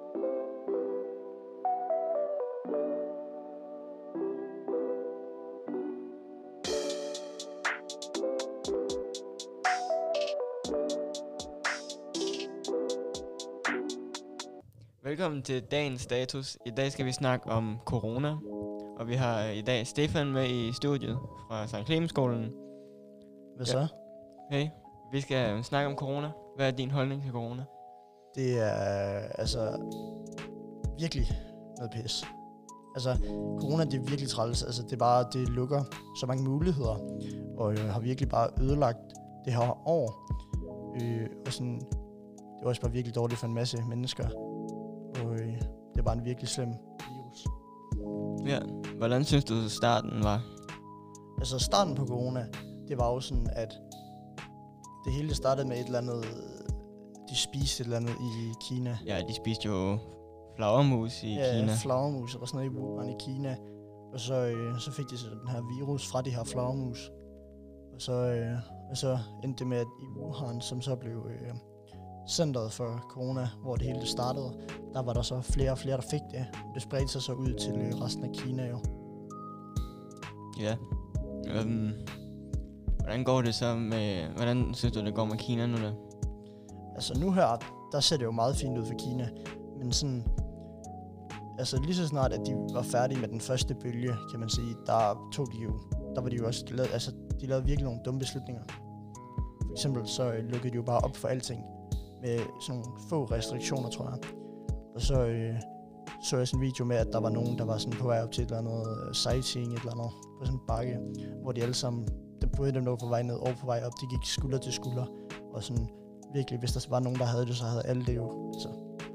Velkommen til dagens status. I dag skal vi snakke om corona, og vi har i dag Stefan med i studiet fra Sankt Clemens-skolen. Hvad så? Hey, vi skal snakke om corona. Hvad er din holdning til corona? Det er virkelig noget pis. Altså, corona, det er virkelig træls. Altså, det lukker så mange muligheder, og har virkelig bare ødelagt det her år. Og sådan, det er også bare virkelig dårligt for en masse mennesker. Og det er bare en virkelig slem virus. Ja, hvordan synes du starten var? Altså, starten på corona, det var jo sådan, at det hele startede med et eller andet. De spiste et eller andet i Kina. Ja, de spiste jo flagermus i Kina. Ja, flagermus og sådan noget i Wuhan i Kina. Og så fik de så den her virus fra de her flagermus. Og så endte det med, at i Wuhan, som så blev centret for corona, hvor det hele startede, der var der så flere og flere, der fik det. Det spredte sig så ud til resten af Kina jo. Ja. Hvordan går det så med... Hvordan synes du, det går med Kina nu da? Altså nu her, der ser det jo meget fint ud for Kina. Men sådan... Altså lige så snart, at de var færdige med den første bølge, kan man sige, der var de jo også... De lavede virkelig nogle dumme beslutninger. For eksempel så lukkede de jo bare op for alting. Med sådan nogle få restriktioner, tror jeg. Og så jeg sådan en video med, at der var nogen, der var sådan på vej op til et eller andet sightseeing, et eller andet, på sådan en bakke, hvor de alle sammen, både dem, der var på vej ned og på vej op, de gik skulder til skulder. Og sådan virkelig, hvis der var nogen, der havde det, så havde alle det jo. Så.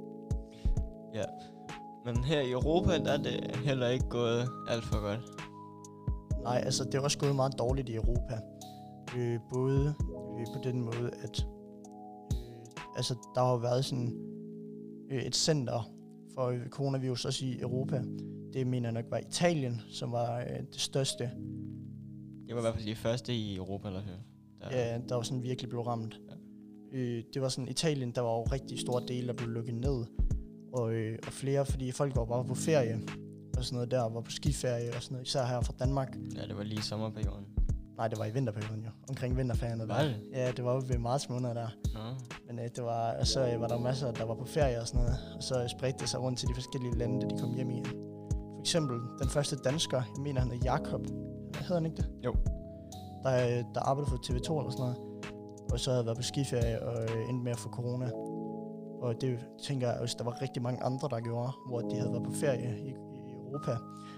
Ja, men her i Europa, der er det heller ikke gået alt for godt. Nej, altså det er også gået meget dårligt i Europa. Både på den måde, at altså, der har været sådan et center for coronavirus også i Europa. Det mener jeg nok var Italien, som var det største. Det var i hvert fald de første i Europa, eller hør. Ja, der var sådan virkelig blev ramt. Ja. Det var sådan Italien, der var jo rigtig store dele, der blev lukket ned. Og flere, fordi folk var bare på ferie og sådan noget der, var på skiferie og sådan noget, især her fra Danmark. Ja, det var lige i sommerperioden. Nej, det var i vinterperioden jo, omkring vinterferien. Var det? Ja, det var jo ved marts måned der. Nå. Men det var, så var der masser, der var på ferie og sådan noget, og så spredte det sig rundt til de forskellige lande, da de kom hjem igen. For eksempel den første dansker, jeg mener han er Jakob, hedder han ikke det? Jo. Der arbejdede for TV2 eller sådan noget, og så havde været på skiferie og endte med at få corona. Og det tænker jeg også, der var rigtig mange andre, der gjorde, hvor de havde været på ferie i Europa,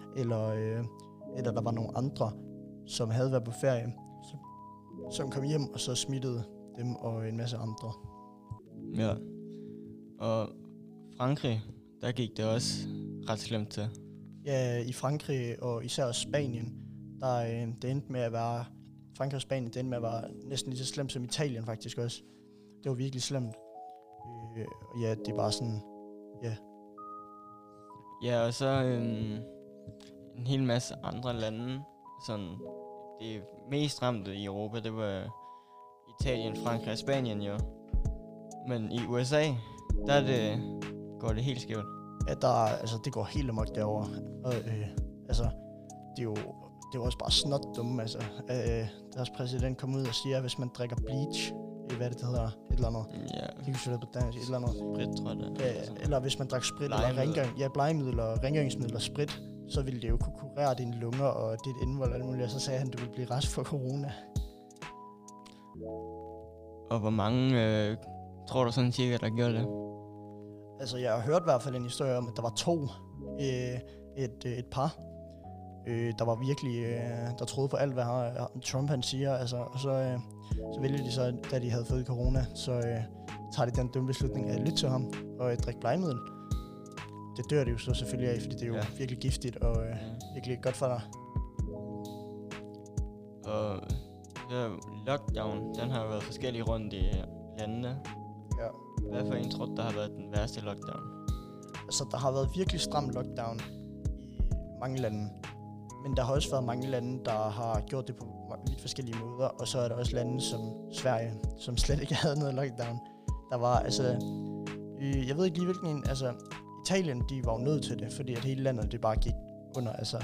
eller der var nogle andre, som havde været på ferie, som kom hjem og så smittede dem og en masse andre. Ja, og Frankrig, der gik det også ret slemt til. Ja, i Frankrig og især Spanien, det endte med at være, Frankrig og Spanien, det endte med at være næsten lige så slemt som Italien faktisk også. Det var virkelig slemt. Ja, det er bare sådan, ja. Ja, og så en hel masse andre lande, sådan det mest ramte i Europa, det var Italien, Frankrig og Spanien jo. Men i USA, der går det helt skævt. Ja, det går helt amok derovre. Og det er jo også bare snot dumme, altså. Deres præsident kom ud og siger, at hvis man drikker bleach, hvad det hedder, et eller andet. Ja. Det kan vi på dansk, et eller andet. Sprit, tror jeg det. Ja, eller hvis man drak sprit, eller blegemiddel, rengøringsmiddel og sprit, så ville det jo kunne kurere dine lunger og dit indvold og alt muligt, og så sagde han, at du ville blive rask for corona. Og hvor mange tror du sådan cirka, der gjorde det? Altså, jeg har hørt i hvert fald en historie om, at der var 2, et par, der var virkelig, der troede på alt, hvad Trump han siger, altså, og så vælger de så, da de havde fået corona, så tager de den dumme beslutning at lytte til ham og drikke blegemiddel. Det dør det jo så selvfølgelig af, fordi det er jo virkelig giftigt og virkelig godt for dig. Og lockdown, den har været forskellig rundt i landene. Ja. Hvad for en tror der har været den værste lockdown? Altså, der har været virkelig stram lockdown i mange lande. Men der har også været mange lande, der har gjort det på vidt forskellige måder. Og så er der også lande som Sverige, som slet ikke havde noget lockdown. Der var, altså... jeg ved ikke lige hvilken en... Altså, Italien, de var jo nødt til det, fordi at hele landet, det bare gik under, altså.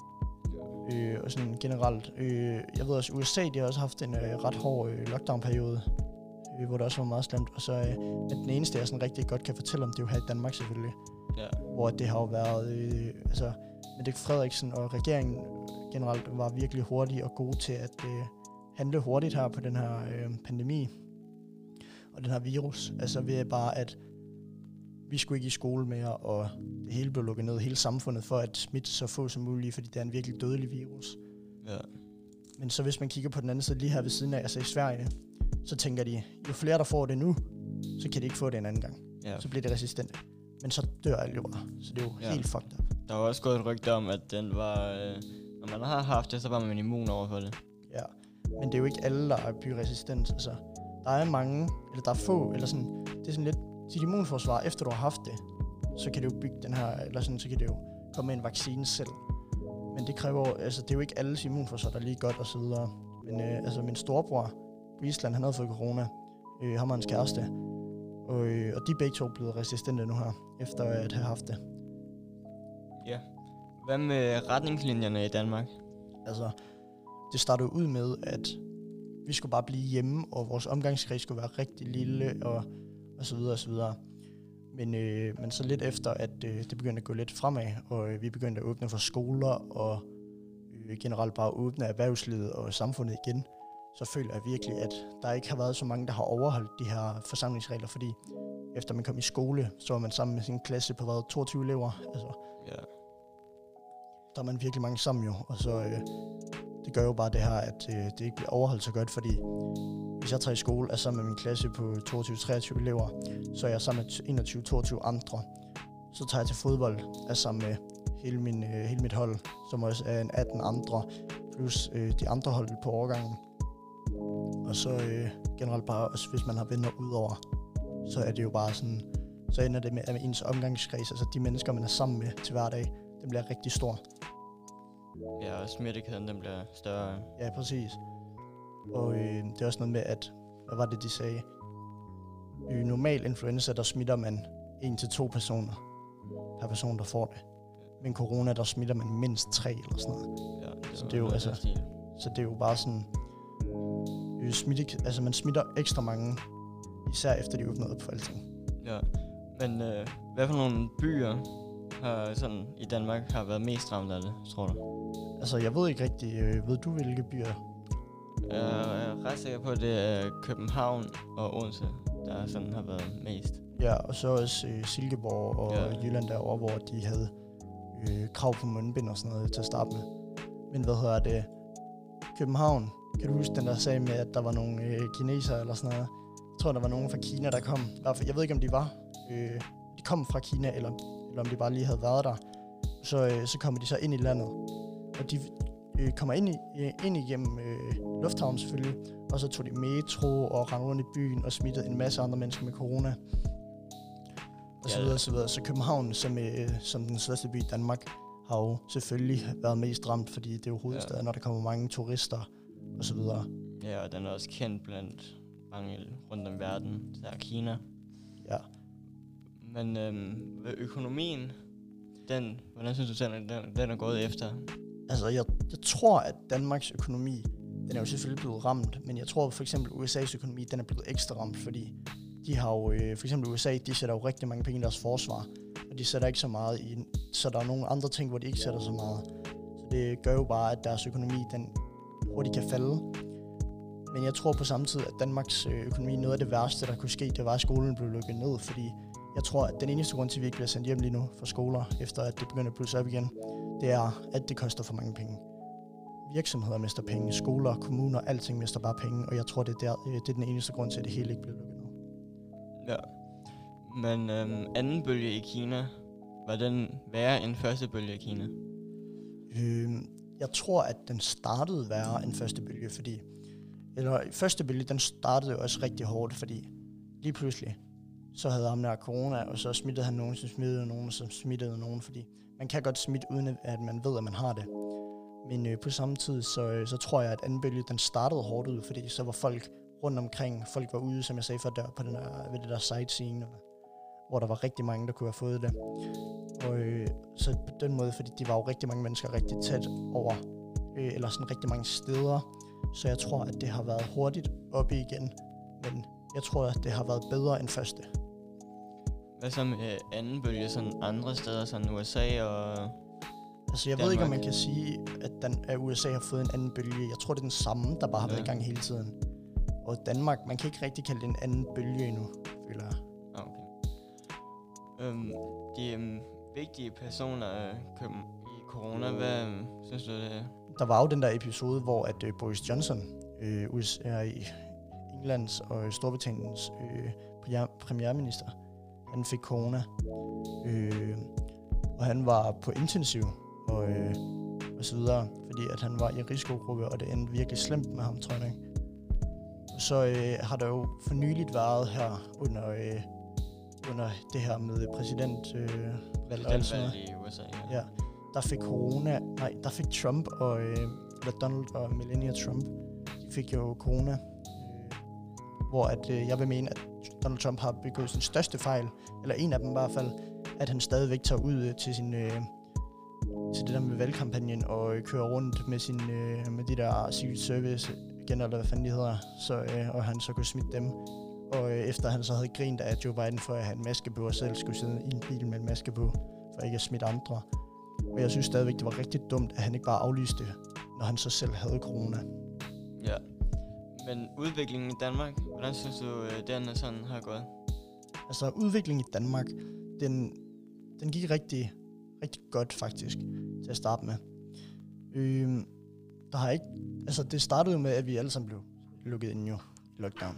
Og sådan generelt. Jeg ved også, USA, de har også haft en ret hård lockdown-periode, hvor det også var meget slemt. Og så men den eneste, jeg sådan rigtig godt kan fortælle om, det er jo her i Danmark selvfølgelig. Ja. Hvor det har jo været, altså, Mette Frederiksen og regeringen generelt var virkelig hurtige og gode til at handle hurtigt her på den her pandemi og den her virus. Altså ved bare, at vi skulle ikke i skole mere, og det hele blev lukket ned, hele samfundet, for at smitte så få som muligt, fordi det er en virkelig dødelig virus. Ja. Men så hvis man kigger på den anden side, lige her ved siden af, altså i Sverige, så tænker de, jo flere der får det nu, så kan de ikke få det en anden gang. Ja. Så bliver det resistent. Men så dør alle jo bare, så det er jo helt fucked up. Der var også gået et rygte om, at den var, når man har haft det, så var man immun over for det. Ja, men det er jo ikke alle, der er byresistent. Altså, der er mange, eller der er få, eller sådan, det er sådan lidt, dit immunforsvar, efter du har haft det, så kan det jo bygge den her, eller sådan, så kan det jo komme med en vaccine selv. Men det kræver, altså det er jo ikke alles immunforsvar, der er lige godt og så videre. Men altså min storebror på Island, han havde fået corona, ham og hans kæreste, og de begge to blevet resistente nu her, efter at have haft det. Ja. Hvad med retningslinjerne i Danmark? Altså, det startede ud med, at vi skulle bare blive hjemme, og vores omgangskreds skulle være rigtig lille, og så videre, og så videre. Men så lidt efter, at det begyndte at gå lidt fremad, og vi begyndte at åbne for skoler, og generelt bare åbne erhvervslivet og samfundet igen, så føler jeg virkelig, at der ikke har været så mange, der har overholdt de her forsamlingsregler, fordi efter man kom i skole, så var man sammen med sin klasse på 22 elever. Altså, Ja. der er man virkelig mange sammen jo, og så det gør jo bare det her, at det ikke bliver overholdt så godt, fordi hvis jeg tager i skole, er sammen med min klasse på 22-23 elever, så er jeg sammen med 21-22 andre. Så tager jeg til fodbold, er sammen med hele mit hold, som også er en 18 andre, plus de andre hold på årgangen. Og så generelt bare, også hvis man har venner udover, så er det jo bare sådan, så ender det med, at ens omgangskreds, altså de mennesker, man er sammen med til hverdag, den bliver rigtig stor. Ja, og smittekæden, den bliver større. Ja, præcis. Og det er også noget med, at, hvad var det, de sagde? Normal influenza, der smitter man 1-2 personer per person, der får det. Men corona, der smitter man mindst 3 eller sådan noget. Ja, så det er jo altså, så det er jo bare sådan, altså man smitter ekstra mange, især efter de åbner op for alting. Ja, men hvad for nogle byer har sådan i Danmark har været mest ramt af det, tror du? Altså jeg ved ikke rigtig, ved du hvilke byer? Jeg er ret sikker på, at det er København og Odense, der sådan har været mest. Ja, og så også Silkeborg og Jylland derovre, hvor de havde krav på mundbind og sådan noget til at starte med. Men hvad hedder det? København, kan du huske den der sag med, at der var nogle kinesere eller sådan noget? Jeg tror, der var nogen fra Kina, der kom. Jeg ved ikke, om de var. De kom fra Kina, eller om de bare lige havde været der. Så kommer de så ind i landet. Og de kommer ind igennem lufthavnen selvfølgelig. Og så tog de metro og rendte rundt i byen og smittede en masse andre mennesker med corona. Og så videre, og så videre. Så København, som den største by i Danmark, har jo selvfølgelig været mest ramt, fordi det er jo hovedstaden, når der kommer mange turister og så videre. Ja, og den er også kendt blandt mange rundt om verden, der er Kina. Ja. Men økonomien, hvordan synes du, den er gået efter? Altså, jeg tror, at Danmarks økonomi, den er jo selvfølgelig blevet ramt, men jeg tror for eksempel USA's økonomi, den er blevet ekstra ramt, fordi de har jo, for eksempel USA, de sætter jo rigtig mange penge i deres forsvar, og de sætter ikke så meget i, så der er nogle andre ting, hvor de ikke sætter så meget. Så det gør jo bare, at deres økonomi, den hurtigt kan falde. Men jeg tror på samme tid, at Danmarks økonomi, noget af det værste, der kunne ske, det var, at skolen blev lukket ned, fordi jeg tror, at den eneste grund til, at vi ikke bliver sendt hjem lige nu fra skoler, efter at det begynder at blusse op igen, det er, at det koster for mange penge. Virksomheder mister penge, skoler, kommuner, alting mister bare penge, og jeg tror, det er den eneste grund til, at det hele ikke bliver lukket ned. Ja, men anden bølge i Kina, var den værre end første bølge i Kina? Jeg tror, at den startede værre end første bølge, fordi første bølge, den startede jo også rigtig hårdt, fordi lige pludselig, så havde ham der corona, og så smittede han nogen, som smittede nogen, som smittede nogen, fordi man kan godt smitte, uden at man ved, at man har det. Men på samme tid, så tror jeg, at anden bølge, den startede hårdt ud, fordi så var folk rundt omkring, folk var ude, som jeg sagde før, der på ved det der sightseeing, hvor der var rigtig mange, der kunne have fået det. Og så på den måde, fordi de var jo rigtig mange mennesker rigtig tæt over, eller sådan rigtig mange steder, så jeg tror, at det har været hurtigt oppe igen, men jeg tror, at det har været bedre end første. Hvad så med anden bølge, sådan andre steder, sådan USA og Altså jeg Danmark? ved ikke, om man kan sige, at USA har fået en anden bølge. Jeg tror, det er den samme, der bare har været i gang hele tiden. Og Danmark, man kan ikke rigtig kalde det en anden bølge endnu, føler jeg. Okay. De vigtige personer i corona, hvad synes du det? Der var jo den der episode, hvor at Boris Johnson, i Englands og Storbritanniens premierminister, han fik corona. Og han var på intensiv og så videre, fordi at han var i risikogruppe, og det endte virkelig slemt med ham, tror jeg. Så har der jo for nyligt været her under det her med præsidentvalg og sådan noget. I USA, ja. Der fik Trump eller Donald og Melania Trump, de fik jo corona, hvor at jeg vil mene, at Donald Trump har begået sin største fejl, eller en af dem i hvert fald, at han stadigvæk tager ud til sin til det der med valgkampagnen og kører rundt med de der Secret Service agenter, eller hvad fanden de hedder, og han så kunne smitte dem. Og efter han så havde grint af Joe Biden for at have en maske på, og selv skulle sidde i en bil med en maske på, for ikke at smitte andre. Og jeg synes stadigvæk, det var rigtig dumt, at han ikke bare aflyste det, når han så selv havde corona. Ja. Men udviklingen i Danmark, hvordan synes du, den sådan har gået? Altså udviklingen i Danmark, den gik rigtig, rigtig godt faktisk, til at starte med. Det startede jo med, at vi alle sammen blev lukket ind jo i lockdown.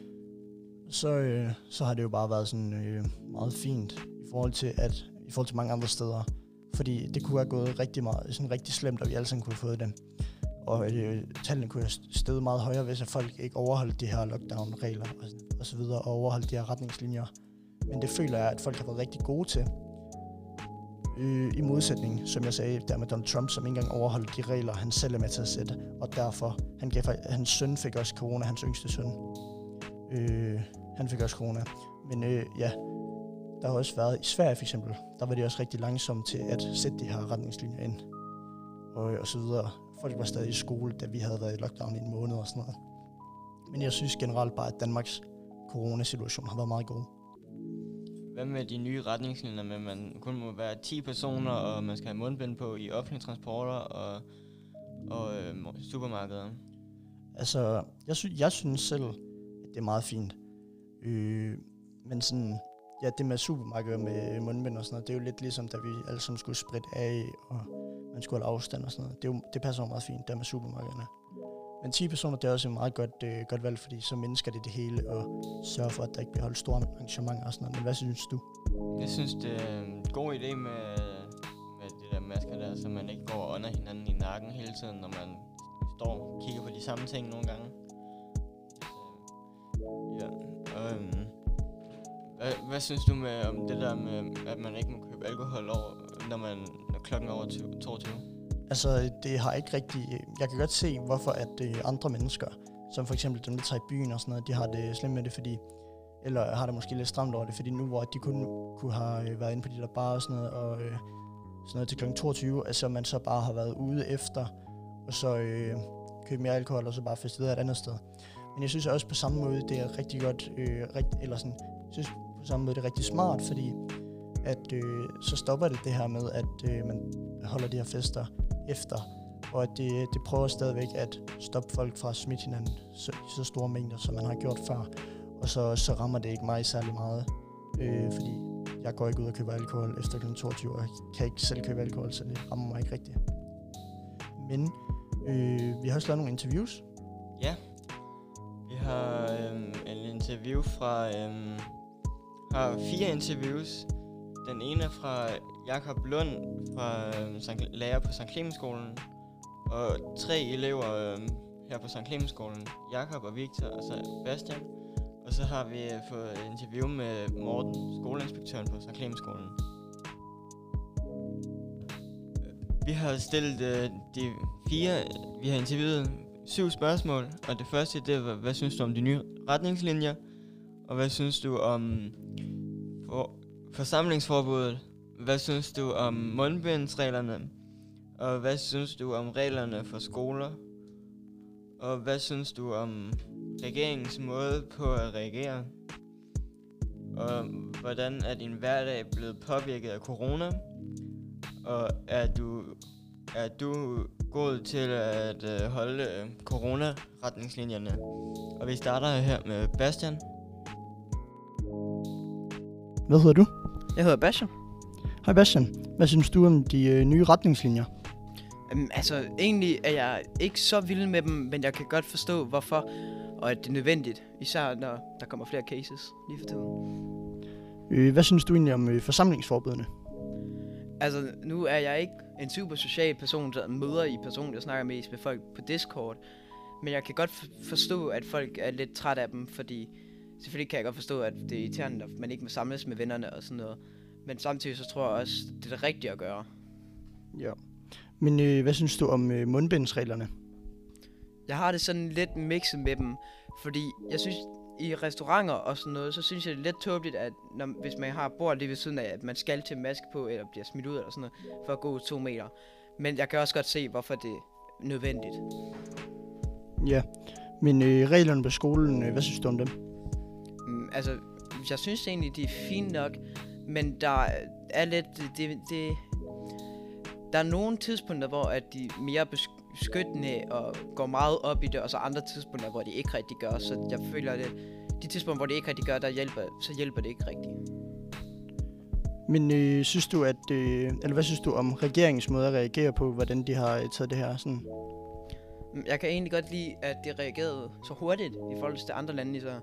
Så har det jo bare været sådan meget fint i forhold til mange andre steder. Fordi det kunne have gået rigtig meget, sådan rigtig slemt, og vi alle sammen kunne have fået det. Og tallene kunne have steget meget højere, hvis folk ikke overholdt de her lockdown-regler og så videre, og overholdt de her retningslinjer. Men det føler jeg, at folk har været rigtig gode til. I modsætning, som jeg sagde, der med Donald Trump, som ikke engang overholdt de regler, han selv er med til at sætte. Og derfor, hans søn fik også corona, hans yngste søn. Han fik også corona. Men der har også været i Sverige for eksempel, der var de også rigtig langsomme til at sætte de her retningslinjer ind. Og så videre. Folk var stadig i skole, da vi havde været i lockdown i en måned og sådan noget. Men jeg synes generelt bare, at Danmarks coronasituation har været meget god. Hvad med de nye retningslinjer med, at man kun må være 10 personer, og man skal have mundbind på i offentlige transporter og supermarkeder? Altså, jeg synes selv, at det er meget fint. Men sådan, ja, det med supermarkeder med mundbind og sådan noget, det er jo lidt ligesom, da vi alle sammen skulle spritte af, og man skulle holde afstand og sådan noget. Det passer jo meget fint, der med supermarkederne. Men 10 personer, det er også et meget godt valg, fordi så mindsker det hele og sørger for, at der ikke bliver holdt store arrangementer og sådan noget. Men hvad synes du? Jeg synes, det er en god idé med de der masker der, så man ikke går under hinanden i nakken hele tiden, når man står og kigger på de samme ting nogle gange. Ja. Hvad synes du om det der med, at man ikke må købe alkohol når klokken er over 22? Altså, det har ikke rigtig... Jeg kan godt se, hvorfor at andre mennesker, som for eksempel dem, der tager i byen og sådan noget, de har det slemt med det, fordi... Eller har det måske lidt stramt over det, fordi nu, hvor de kun kunne have været inde på de der barer og sådan noget, og sådan noget til kl. 22, altså man så bare har været ude efter, og så købe mere alkohol, og så bare feste videre et andet sted. Men jeg synes også på samme måde, det er rigtig godt, jeg synes på samme måde, det er rigtig smart, fordi at så stopper det her med, at man holder de her fester efter, og at det prøver stadigvæk at stoppe folk fra at smitte hinanden i så store mængder, som man har gjort før. Og så rammer det ikke mig særlig meget, fordi jeg går ikke ud og køber alkohol efter kl. 22, og jeg kan ikke selv købe alkohol, så det rammer mig ikke rigtigt. Men vi har også lavet nogle interviews. Ja, vi har en interview har 4 interviews. Den ene er fra Jakob Lund, fra lærer på Sankt Clemens-skolen, og 3 elever her på Sankt Clemens-skolen, Jakob og Victor og Sebastian. Og så har vi fået et interview med Morten, skoleinspektøren på Sankt Clemens-skolen. Vi har stillet vi har interviewet 7 spørgsmål, og det første, det var, hvad synes du om de nye retningslinjer? Og hvad synes du om forsamlingsforbuddet. Hvad synes du om mundbindsreglerne? Og hvad synes du om reglerne for skoler? Og hvad synes du om regeringens måde på at reagere? Og hvordan er din hverdag blevet påvirket af corona? Og er du god til at holde corona-retningslinjerne? Og vi starter her med Bastian. Hvad hedder du? Jeg hedder Bastian. Hej Bastian. Hvad synes du om de nye retningslinjer? Egentlig er jeg ikke så vild med dem, men jeg kan godt forstå, hvorfor, og at det er nødvendigt, især når der kommer flere cases lige for tiden. Hvad synes du egentlig om forsamlingsforbudene? Nu er jeg ikke en super social person, der møder i person, jeg snakker mest med folk på Discord, men jeg kan godt forstå, at folk er lidt træt af dem, fordi selvfølgelig kan jeg godt forstå, at det er irriterende, at man ikke må samles med vennerne og sådan noget, men samtidig så tror jeg også, det er det rigtige at gøre. Ja. Men hvad synes du om mundbindsreglerne? Jeg har det sådan lidt mixet med dem, fordi jeg synes, i restauranter og sådan noget, så synes jeg, det er lidt tåbeligt, at hvis man har bord lige ved siden af, at man skal til maske på, eller bliver smidt ud eller sådan noget, for at gå 2 meter. Men jeg kan også godt se, hvorfor det er nødvendigt. Ja, men reglerne på skolen, hvad synes du om dem? Jeg synes egentlig, de er fine nok, men der er lidt, der er nogle tidspunkter, hvor at de er mere beskyttende og går meget op i det, og så andre tidspunkter, hvor de ikke rigtig gør. Så jeg føler, at de tidspunkter, hvor de ikke rigtig gør, så hjælper det ikke rigtigt. Men synes du, eller hvad synes du om regeringens måde at reagere på, hvordan de har taget det her sådan? Jeg kan egentlig godt lide, at de reagerede så hurtigt i forhold til andre lande, så.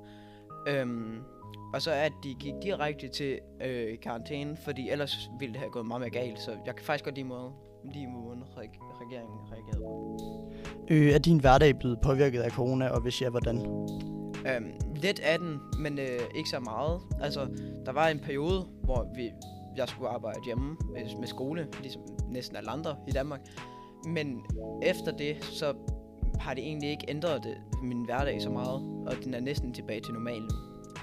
Og så at de gik direkte til karantæne, fordi ellers ville det have gået meget mere galt. Så jeg kan faktisk godt lide måden regeringen reagerede på. Er din hverdag blevet påvirket af corona, og hvis ja, hvordan? Lidt af den, men ikke så meget. Der var en periode, hvor jeg skulle arbejde hjemme med skole, ligesom næsten alle andre i Danmark. Men efter det, så har det egentlig ikke ændret min hverdag så meget, og den er næsten tilbage til normal nu.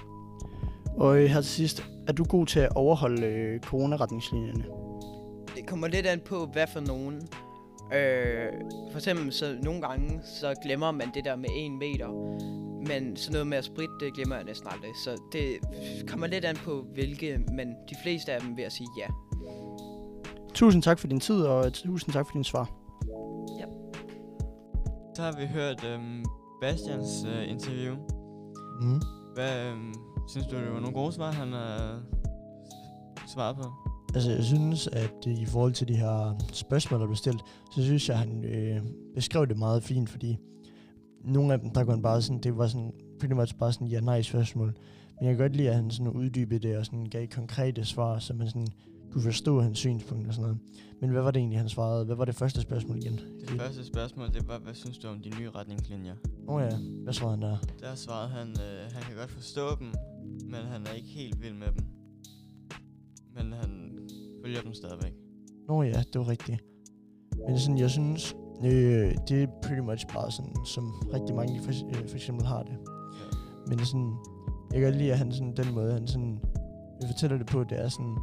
Og her til sidst, er du god til at overholde coronaretningslinjerne? Det kommer lidt an på, hvad for nogen. For eksempel, så nogle gange, så glemmer man det der med 1 meter. Men sådan noget med at spritte, det glemmer jeg næsten aldrig. Så det kommer lidt an på, hvilke, men de fleste af dem vil jeg sige ja. Tusind tak for din tid, og tusind tak for din svar. Ja. Så har vi hørt Bastians interview. Hvad synes du, det var nogle gode svar, han har svaret på? Jeg synes, at i forhold til de her spørgsmål, der blev stillet, så synes jeg, at han beskrev det meget fint, fordi nogle af dem, der kunne han bare sådan, det var sådan, pretty much bare sådan ja-nej spørgsmål. Men jeg kan godt lide, at han sådan uddybede det og sådan gav konkrete svar, så man sådan kunne forstå hans synspunkt og sådan noget. Men hvad var det egentlig, han svarede? Hvad var det første spørgsmål igen? Det første spørgsmål, det var, hvad synes du om de nye retningslinjer? Ja, hvad svarede han der? Der svarede han kan godt forstå dem, men han er ikke helt vild med dem. Men han følger dem stadigvæk. Ja, det var rigtigt. Men sådan, jeg synes, det er pretty much bare sådan, som rigtig mange for eksempel har det. Ja. Men sådan, jeg kan godt lide, at han sådan, den måde, han sådan, fortæller det på, det er sådan,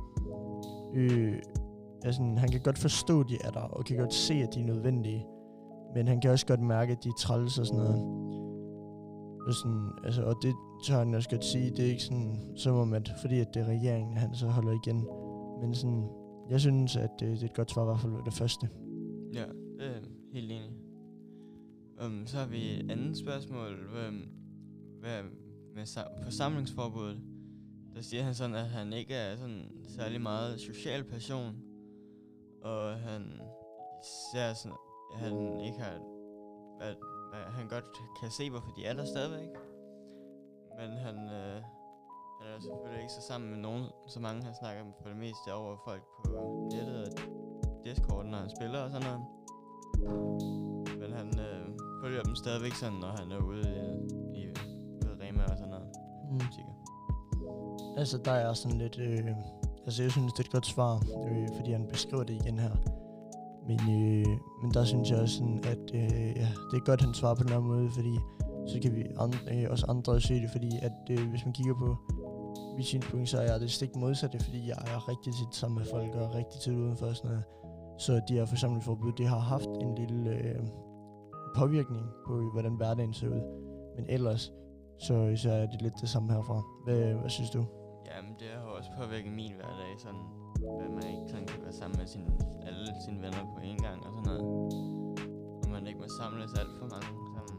han kan godt forstå, at de er der, og kan godt se, at de er nødvendige. Men han kan også godt mærke, at de er træls og sådan noget. Og, sådan, og det tør han også godt sige, det er ikke sådan, som om, at fordi at det er regeringen, han så holder igen. Men sådan, jeg synes, at det er et godt svar, i hvert fald det første. Ja, det er helt enig. Så har vi et andet spørgsmål. Hvad med forsamlingsforbuddet? Der siger han sådan, at han ikke er sådan særlig meget social person. Og han ser sådan, at han ikke har... han godt kan se, hvorfor de er der stadigvæk. Men han er selvfølgelig ikke så sammen med nogen, så mange han snakker for det meste over folk på nettet og Discord, når han spiller og sådan noget. Men han følger dem stadigvæk sådan, når han er ude i Rema og sådan noget. Der er sådan lidt... jeg synes, det er et godt svar, fordi han beskriver det igen her. Men der synes jeg også sådan, at det er godt, han svarer på den her måde, fordi så kan vi også andre se det, fordi at hvis man kigger på, mit synspunkt, så er jeg det stik modsatte, fordi jeg er rigtig tit sammen med folk og rigtig tit udenfor og sådan noget. Så de her forsamlingsforbud, det har haft en lille påvirkning på, hvordan hverdagen ser ud. Men ellers, så er det lidt det samme herfra. Hvad synes du? Jamen, det har også påvirket min hverdag, sådan, at man ikke sådan kan være sammen med alle sine venner på en gang og sådan noget. Og man ikke må samles alt for mange sammen.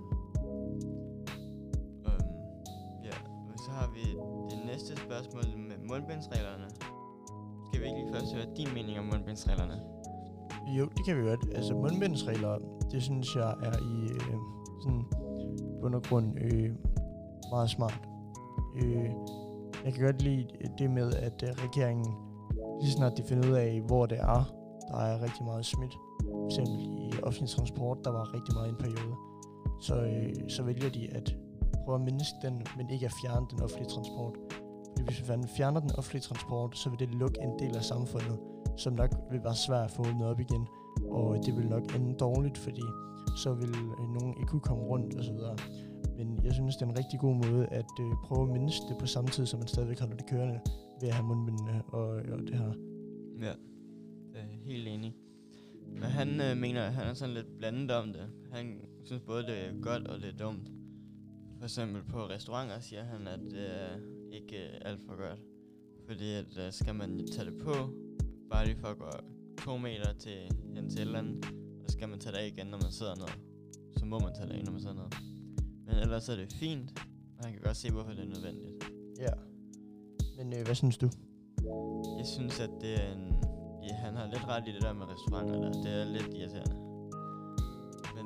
Ja, og så har vi det næste spørgsmål med mundbindsreglerne. Skal vi ikke lige først høre din mening om mundbindsreglerne? Jo, det kan vi godt. Altså mundbindsregler, det synes jeg er i sådan bund og grund meget smart. Jeg kan godt lide det med, at regeringen lige snart de finder ud af, hvor det er, der er rigtig meget smidt. For eksempel i offentlig transport, der var rigtig meget i en periode. Så vælger de at prøve at mindske den, men ikke at fjerne den offentlige transport. Fordi hvis vi fjerner den offentlige transport, så vil det lukke en del af samfundet, som nok vil være svært at få åbnet op igen. Og det vil nok ende dårligt, fordi så vil nogen ikke kunne komme rundt osv. Men jeg synes, det er en rigtig god måde at prøve at mindske det på samme tid, så man stadigvæk holder det kørende ved at have mundbindene og det her. Ja, det er helt enig. Men han mener, at han er sådan lidt blandet om det. Han synes både, det er godt og det er dumt. For eksempel på restauranter siger han, at det er ikke alt for godt. Fordi at skal man tage det på, bare lige for at gå 2 meter hen til et eller andet, og så skal man tage det af igen, når man sidder ned. Så må man tage det af, når man sidder ned. Men ellers er det fint, og han kan godt se, hvorfor det er nødvendigt. Ja. Men hvad synes du? Jeg synes, at det er ja, han har lidt ret i det der med restauranter der. Det er lidt irriterende. Men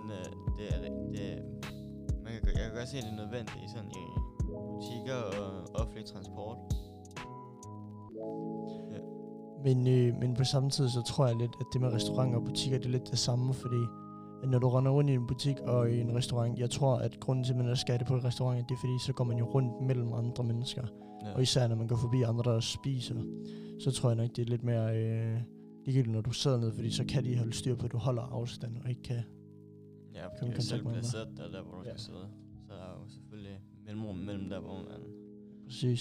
jeg kan godt se, at det er nødvendigt sådan i butikker og offentlig transport. Ja. Men på samme tid, så tror jeg lidt, at det med restauranter og butikker, det er lidt det samme, fordi når du render rundt i en butik og i en restaurant, jeg tror, at grunden til, at man skal det på et restaurant, det er fordi, så går man jo rundt mellem andre mennesker. Ja. Og især når man går forbi andre, der spiser, så tror jeg nok, det er lidt mere ligegyldigt, når du sidder ned, fordi så kan de holde styr på, at du holder afstand og ikke kan komme i kontakt med andre. Der hvor du skal sidde. Så er der jo selvfølgelig mellemrum mellem der, hvor man... Præcis.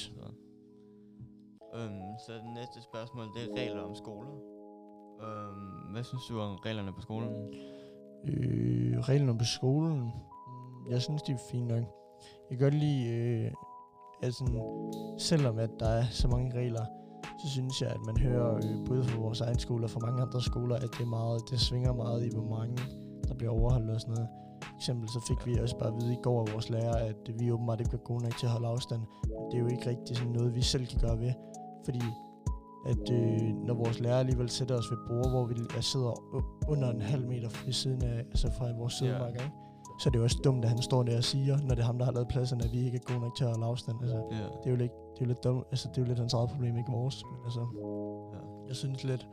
Så det næste spørgsmål, det er regler om skoler. Hvad synes du om reglerne på skolen? Reglerne på skolen? Jeg synes, de er fine nok. Jeg kan godt lide, at sådan, selvom at der er så mange regler, så synes jeg, at man hører både fra vores egen skole og fra mange andre skoler, at det svinger meget i, hvor mange der bliver overholdt og sådan noget. For eksempel så fik vi også bare at vide i går af vores lærer, at vi åbenbart ikke er gode nok til at holde afstand. Men det er jo ikke rigtig sådan noget, vi selv kan gøre ved. Fordi at når vores lærer alligevel sætter os ved bord, hvor vi sidder under en halv meter ved siden af, altså fra vores sidemarker, ikke? Så det er jo også dumt, at han står der og siger, når det er ham, der har lavet pladserne, at vi ikke er gode nok til at holde afstand. Altså, det er jo lidt dumt. Altså, det er jo lidt hans eget problem, ikke vores. Men altså, jeg synes lidt,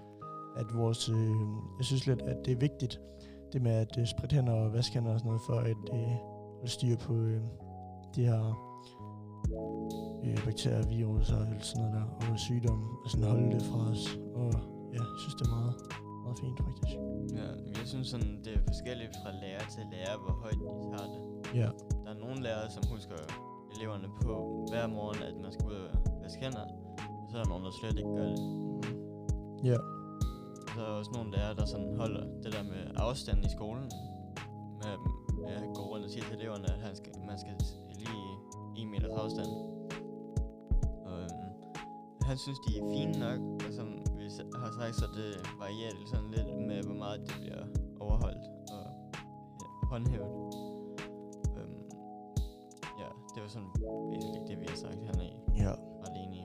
at det er vigtigt, det med at spritte hænder og vaske hænder og sådan noget, for at holde styr på de her bakterier, virus og sådan noget der, og sygdomme, og sådan holde det fra os. Og ja, jeg synes, det er meget, meget fint faktisk. Ja, jeg synes sådan, det er forskelligt fra lærer til lærer, hvor højt de tager det. Ja. Der er nogle lærere, som husker eleverne på hver morgen, at man skal ud og vaske hænder, og så er der nogen, der slet ikke gør det. Ja. Så er der også nogle lærere, der sådan holder det der med afstand i skolen, med at gå rundt og sige til eleverne, at man skal lige 1 meters afstand. Og han synes, de er fine nok, og som vi har sagt, så det varierer sådan lidt med, hvor meget det bliver overholdt og håndhævet. Ja, det var sådan basically det, vi har sagt hernede. Ja. Ret enige.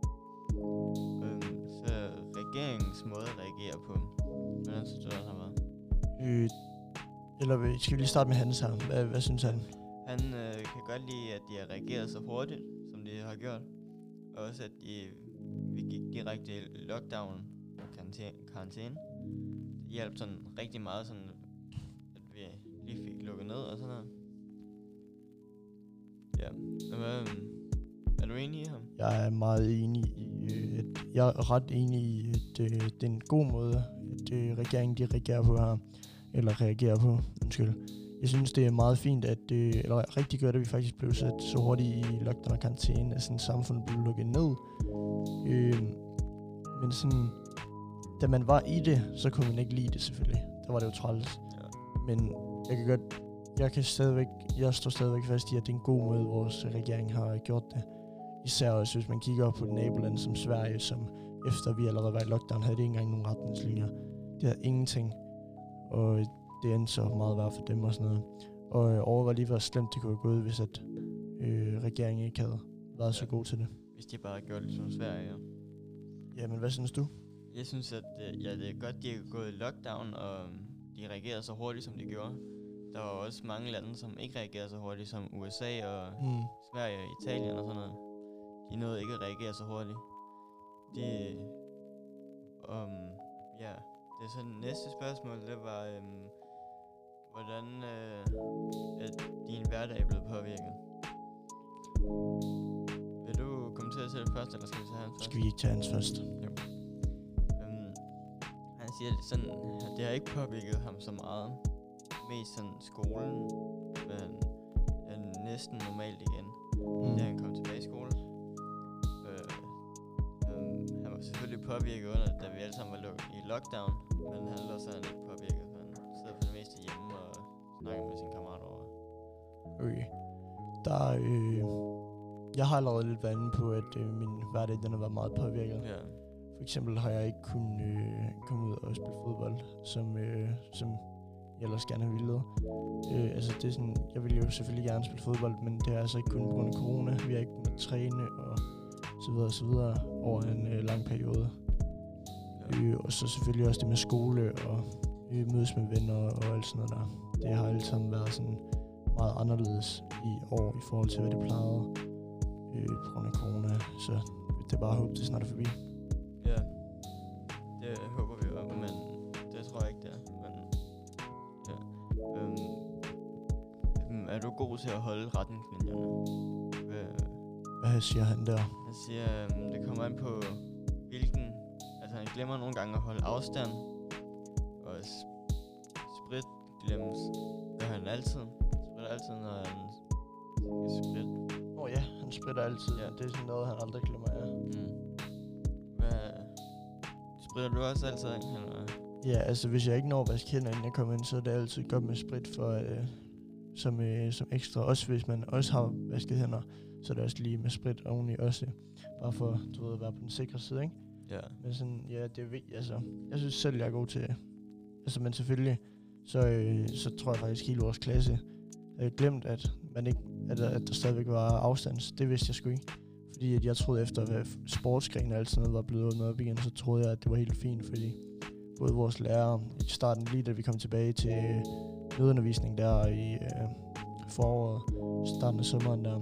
Så regeringens måde at reagere på, hvordan synes du, det har været? Eller skal vi lige starte med Hans her? Hvad synes han? Han kan godt lide, at de har reageret så hurtigt, som de har gjort. Og også, at vi gik direkte i lockdown og karantæne. Det hjalp sådan rigtig meget, sådan, at vi lige fik lukket ned og sådan noget. Ja, er du enig i ham? Jeg er meget enig i, jeg er ret enig i, at det er en god måde, at regeringen de reagerer på her. Eller reagerer på, undskyld. Jeg synes, det er meget fint, eller rigtig godt, at vi faktisk blev sat så hurtigt i lockdown og karantæne, at sådan samfundet blev lukket ned. Men sådan, da man var i det, så kunne man ikke lide det selvfølgelig. Der var det jo træls. Ja. Men jeg står stadigvæk fast i, at det er en god måde, vores regering har gjort det. Især også, hvis man kigger på nabolande som Sverige, som efter vi allerede var i lockdown, havde det ikke engang nogen retningslinjer. Det havde ingenting. Og det endte så meget værd for dem og sådan noget. Og overvej lige, hvor slemt det kunne have gået, hvis at regeringen ikke havde været så god til det. Hvis de bare gjorde det som Sverige, ja. Ja, men hvad synes du? Jeg synes, at det er godt, de er gået i lockdown, og de reagerede så hurtigt, som de gjorde. Der var også mange lande, som ikke reagerede så hurtigt, som USA og Sverige og Italien og sådan noget. De nåede ikke at reagere så hurtigt. Det er så næste spørgsmål, det var, hvordan at din hverdag er blevet påvirket. Vil du kommentere til det først, eller skal vi tage hans først? Skal vi ikke tage hans først? Jo. Han siger sådan, at det har ikke påvirket ham så meget. Mest sådan skolen, men er næsten normalt igen, da han kom tilbage i skole. Han var selvfølgelig påvirket under, da vi alle sammen var i lockdown, men han lå sådan ikke påvirket, for han sidder for det meste hjemme og snakker med sine kammerater over. Okay. Jeg har allerede lidt været inde på, at min hverdag den har været meget påvirket. Ja. For eksempel har jeg ikke kunnet komme ud og spille fodbold, som jeg ellers gerne ville. Det er sådan, jeg ville jo selvfølgelig gerne spille fodbold, men det er altså ikke kun på grund af corona. Vi har ikke kunnet træne og så videre over en lang periode. Ja. Og så selvfølgelig også det med skole og mødes med venner og alt sådan noget der. Det har alt sammen været sådan meget anderledes i år i forhold til, hvad det plejede på grund af corona. Så det er bare at håbe, det snart er forbi. Ja, det håber vi jo, men det tror jeg ikke, det er. Men, ja. Er du god til at holde retningslinjerne? Hvad siger han der? Han siger, det kommer an på hvilken... Altså han glemmer nogle gange at holde afstand. Og sprit glemmes. Det gør han altid. Spritter altid, når han skal spritte. Ja, han spritter altid. Ja. Det er sådan noget, han aldrig glemmer, ja. Spritter du også altid, eller? Ja, altså hvis jeg ikke når at vaske hænder, inden jeg kommer ind, så er det altid godt med sprit for, som ekstra. Også hvis man også har vasket hænder, så er det også lige med sprit oveni også. Bare for, du ved, at være på den sikre side, ikke? Ja. Men sådan, ja, det er vigtigt, altså. Jeg synes selv, jeg er god til, altså, men selvfølgelig, så tror jeg faktisk hele vores klasse havde glemt, at der stadigvæk var afstands. Det vidste jeg sgu ikke. Fordi at jeg troede efter, at sportsgren og alt sådan noget var blevet åbnet op igen, så troede jeg, at det var helt fint, fordi både vores lærere i starten, lige da vi kom tilbage til nødundervisning der i foråret, starten af sommeren der,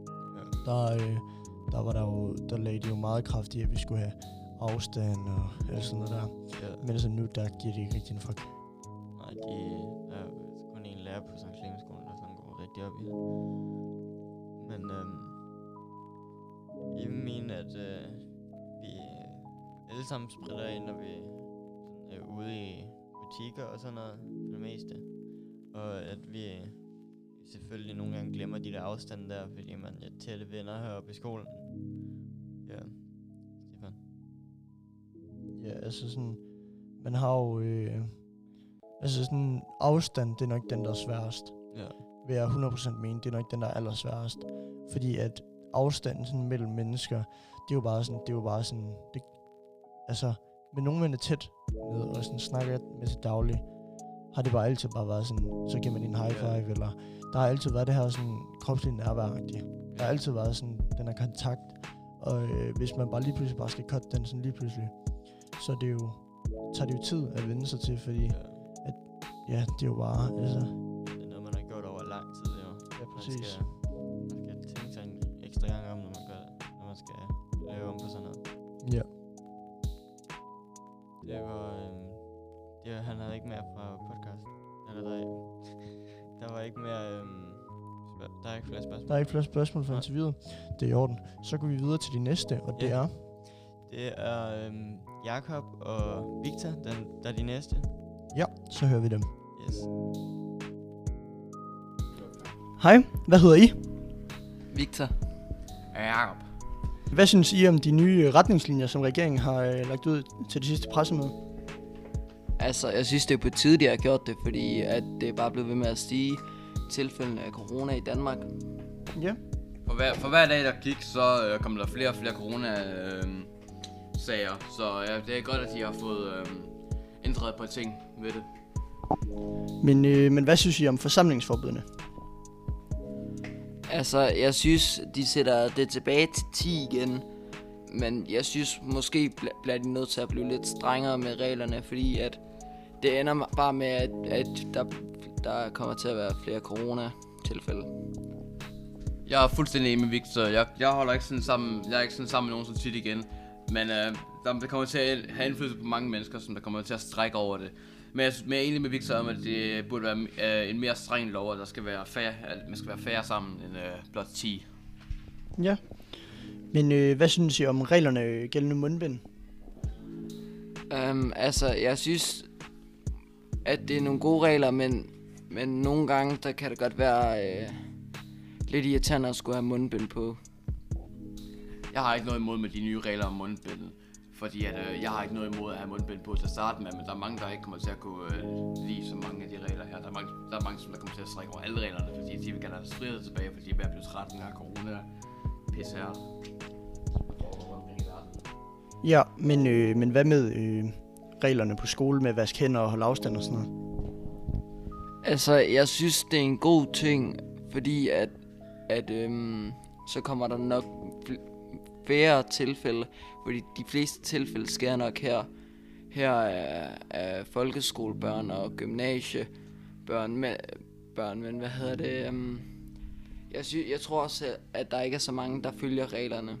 der lagde de jo meget kraft i, at vi skulle have afstand og alt sådan noget der. Ja. Men altså nu, der giver det ikke rigtig en fuck. Nej, der er kun en lærer på Sankt Clemens-skolen, der sådan går rigtig op i det. Men jeg mener, at vi alle sammen spritter ind, når vi sådan, er ude i butikker og sådan noget, for det meste. Og at vi selvfølgelig nogle gange glemmer de der afstande der, fordi man er tætte venner heroppe i skolen. Ja, Stefan? Ja, altså sådan, man har jo, altså sådan, afstand, det er nok den, der er sværest. Ja. Vil jeg 100% mene, det er nok den, der er allersværest. Fordi at afstanden sådan mellem mennesker, det er jo bare sådan, det, altså, med nogen man er tæt med og sådan snakker med til daglig, har det bare altid bare været sådan, så giver man en high five, eller der har altid været det her sådan kropsligt nærværagtigt. Der har altid været sådan den her kontakt, og hvis man bare lige pludselig bare skal cutte den sådan lige pludselig, så det jo, tager det jo tid at vende sig til, fordi at, ja, det er jo bare, altså. Det er noget, man har gjort over lang tid, jo. Ja, præcis. Man skal tænke sig en ekstra gang om, når man gør det, når man skal lave om på sådan noget. Ja. Det var, han havde ikke mere fra podcasten. Eller der var ikke mere, der er ikke flere spørgsmål. Der er ikke flere spørgsmål fra interviewet. Det er i orden. Så går vi videre til de næste, og det er? Det er Jakob og Victor, der er de næste. Ja, så hører vi dem. Yes. Hej, hvad hedder I? Victor. Jakob. Hvad synes I om de nye retningslinjer, som regeringen har lagt ud til det sidste pressemøde? Altså, jeg synes, det er på tide, de har gjort det, fordi at det er bare blevet ved med at stige tilfældene af corona i Danmark. Ja. For hver dag, der gik, så kom der flere og flere corona-sager. Så ja, det er godt, at de har fået ændret på ting ved det. Men hvad synes I om forsamlingsforbudene? Altså, jeg synes, de sætter det tilbage til 10 igen. Men jeg synes, måske bliver de nødt til at blive lidt strengere med reglerne, fordi at det ender bare med, at der kommer til at være flere corona-tilfælde. Jeg er fuldstændig enig med Victor. Jeg holder ikke sådan sammen. Jeg er ikke sådan sammen med nogen så tit igen. Men det kommer til at have indflydelse på mange mennesker, som der kommer til at strække over det. Men jeg er enig med Victor om, at det burde være en mere streng lov, at der skal være færre, at man skal være færre sammen end blot 10. Ja. Men hvad synes I om reglerne gældende mundbind? Altså, jeg synes, at det er nogle gode regler, men nogle gange, der kan det godt være lidt irriterende at skulle have mundbind på. Jeg har ikke noget imod med de nye regler om mundbind, fordi at, jeg har ikke noget imod at have mundbind på til at starte med, men der er mange, der ikke kommer til at kunne lide så mange af de regler her. Der er mange, som der kommer til at strække over alle reglerne, fordi de vil gerne have frihed tilbage, fordi de er ved at blive træt af den her corona-pis her. Ja, men hvad med reglerne på skole med at vaske hænder og holde afstand og sådan noget? Altså, jeg synes, det er en god ting, fordi at så kommer der nok færre tilfælde, fordi de fleste tilfælde sker nok her er folkeskolebørn og gymnasiebørn, men hvad hedder det? Jeg tror også, at der ikke er så mange, der følger reglerne.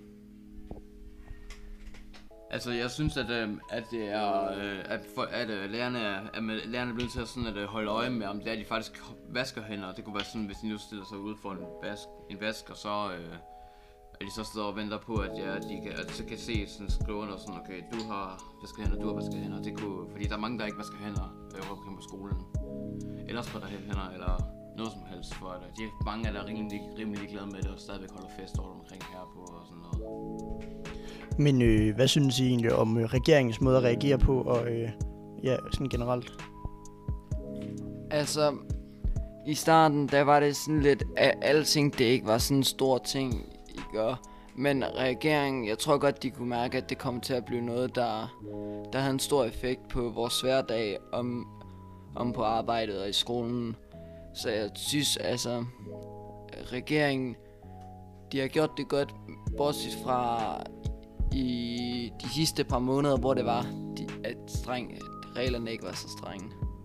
Altså, jeg synes, at det er, at lærerne bliver til at sådan at holde øje med, om det er, de faktisk vasker hænder. Det kunne være sådan, hvis de nu stiller sig ude for en vask, og så at de så står og venter på, at de så kan se sådan skriverne og sådan, okay, du har vasket hænder, du har vasket hænder. Det kunne, fordi der er mange, der ikke vasker hænder rundt på skolen. Ellers på der hænder, eller noget som helst, for at de mange er der rimelig glade med det, og stadigvæk holder fest over omkring her på og sådan noget. Men hvad synes I egentlig om regeringens måde at reagere på, og ja, sådan generelt? Altså, i starten, der var det sådan lidt, at alting det ikke var sådan en stor ting, I gør. Men regeringen, jeg tror godt, de kunne mærke, at det kom til at blive noget, der havde en stor effekt på vores hverdag, om på arbejdet og i skolen. Så jeg synes, altså, regeringen, de har gjort det godt, bortset fra i de sidste par måneder, hvor det var, at reglerne ikke var så strenge.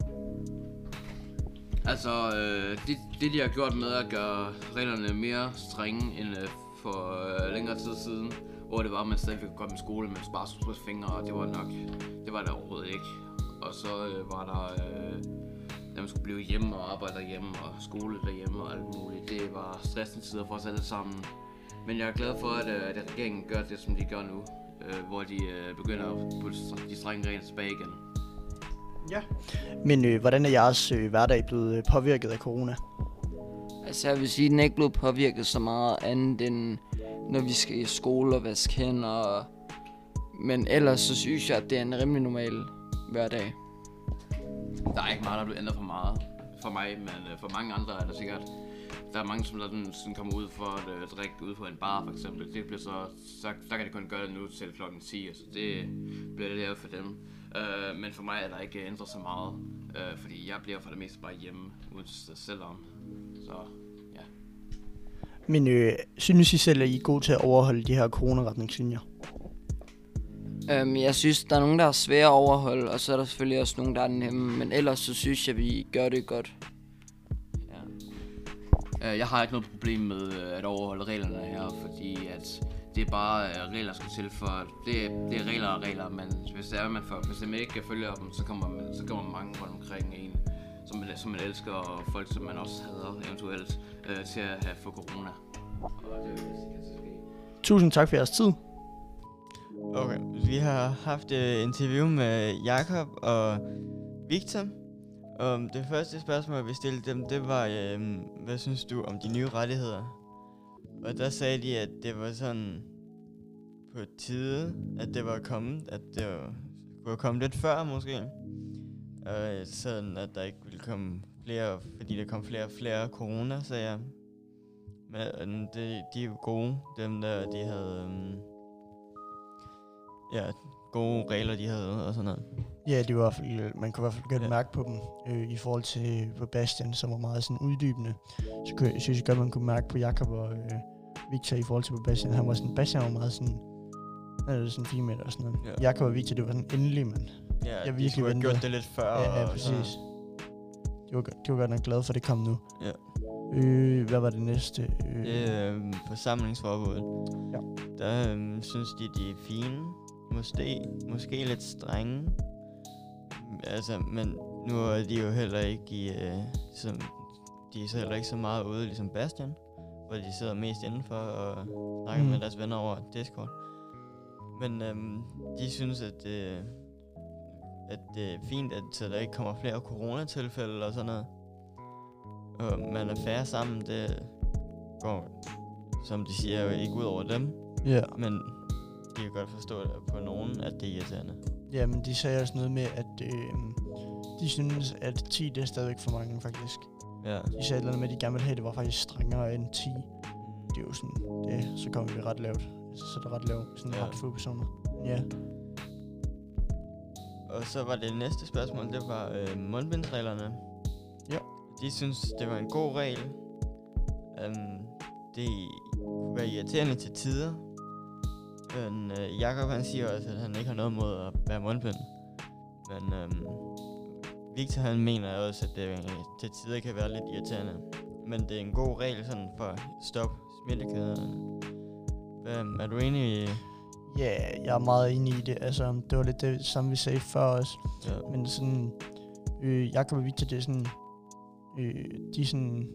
Altså, det de har gjort med at gøre reglerne mere strenge end for længere tid siden, hvor det var, at man stadig fik godt med skole, men bare skulle spille fingre, og det var det overhovedet ikke. Og så var der, at man skulle blive hjemme og arbejde derhjemme, og skole derhjemme og alt muligt. Det var stressende tider for os alle sammen. Men jeg er glad for, at regeringen gør det, som de gør nu, hvor de begynder at putte de strenge regler tilbage igen. Ja. Men hvordan er jeres hverdag blevet påvirket af corona? Altså jeg vil sige, at den er ikke blevet påvirket så meget andet end, når vi skal i skole og vaske hænder. Men ellers så synes jeg, at det er en rimelig normal hverdag. Der er ikke meget, der er blevet ændret for meget for mig, men for mange andre er der sikkert. Der er mange, som der sådan kommer ud for at drikke ud på en bar, for eksempel. Det bliver så sagt, der kan de kun gøre det nu til klokken 10, så det bliver det lavet for dem. Men for mig er der ikke ændret så meget, fordi jeg bliver for det meste bare hjemme, uden selvom. Så ja. Men synes I selv, at I er gode til at overholde de her coronaretningslinjer? Jeg synes, der er nogen, der er svære at overholde, og så er der selvfølgelig også nogen, der er nemme. Men ellers så synes jeg, at vi gør det godt. Jeg har ikke noget problem med at overholde reglerne her, fordi at det er bare regler, der skal til for. Det er regler og regler, men hvis man ikke følger dem, så kommer mange rundt omkring en, som man elsker, og folk, som man også hader eventuelt, til at have for corona. Og det er jo Tusind tak for jeres tid. Okay, vi har haft et interview med Jakob og Victor, Det første spørgsmål, vi stillede dem, det var, hvad synes du om de nye rettigheder? Og der sagde de, at det var sådan på tide, at det var kommet, at det kunne komme lidt før måske. Sådan at der ikke ville komme flere, fordi der kom flere og flere corona-sager. Men de er jo gode, dem der, de havde gode regler, de havde og sådan noget. Ja, det var i hvert fald, man kunne i hvert fald godt mærke på dem i forhold til på Bastian, som var meget sådan uddybende. Så synes jeg godt, man kunne mærke på Jakob og Victor i forhold til på Bastian. Bastian var meget sådan, sådan fin med det og sådan noget. Ja. Jakob og Victor, det var sådan endelig, men ja, jeg virkelig skulle have gjort det lidt før. Ja, præcis. De var godt nok glade for, at det kom nu. Ja. Hvad var det næste? Forsamlingsforbuddet. Ja. Der synes de er fine. Måske lidt strenge. Altså, men nu er de jo heller ikke de er så heller ikke så meget ude, ligesom Bastian, hvor de sidder mest indenfor og snakker med deres venner over Discord. Men de synes, at det er fint, at der ikke kommer flere coronatilfælde og sådan noget. Og man er færre sammen, det går, som de siger, jo ikke ud over dem. Ja. Men de kan godt forstå det på nogen, at det er irriterende. Ja, men de sagde også noget med, at de synes, at 10 det er stadigvæk for mange, faktisk. Ja. De sagde noget med, at de gerne ville have, at det var faktisk strengere end 10. Det er jo sådan, så kommer vi ret lavt. Altså, så er det ret lavt, sådan ret få personer. Ja. Og så var det næste spørgsmål, det var mundbindsreglerne. Ja. De synes, det var en god regel. Det kunne være irriterende til tider. Men Jakob han siger også, at han ikke har noget mod at bære mundbind. Men Victor han mener også, at det til tider kan være lidt irriterende. Men det er en god regel sådan for at stoppe smittekæderne. Er du enig i? Ja, jeg er meget enig i det. Altså, det var lidt det samme, vi sagde før også. Ja. Men sådan, Jakob og Victor, det er sådan, de er sådan,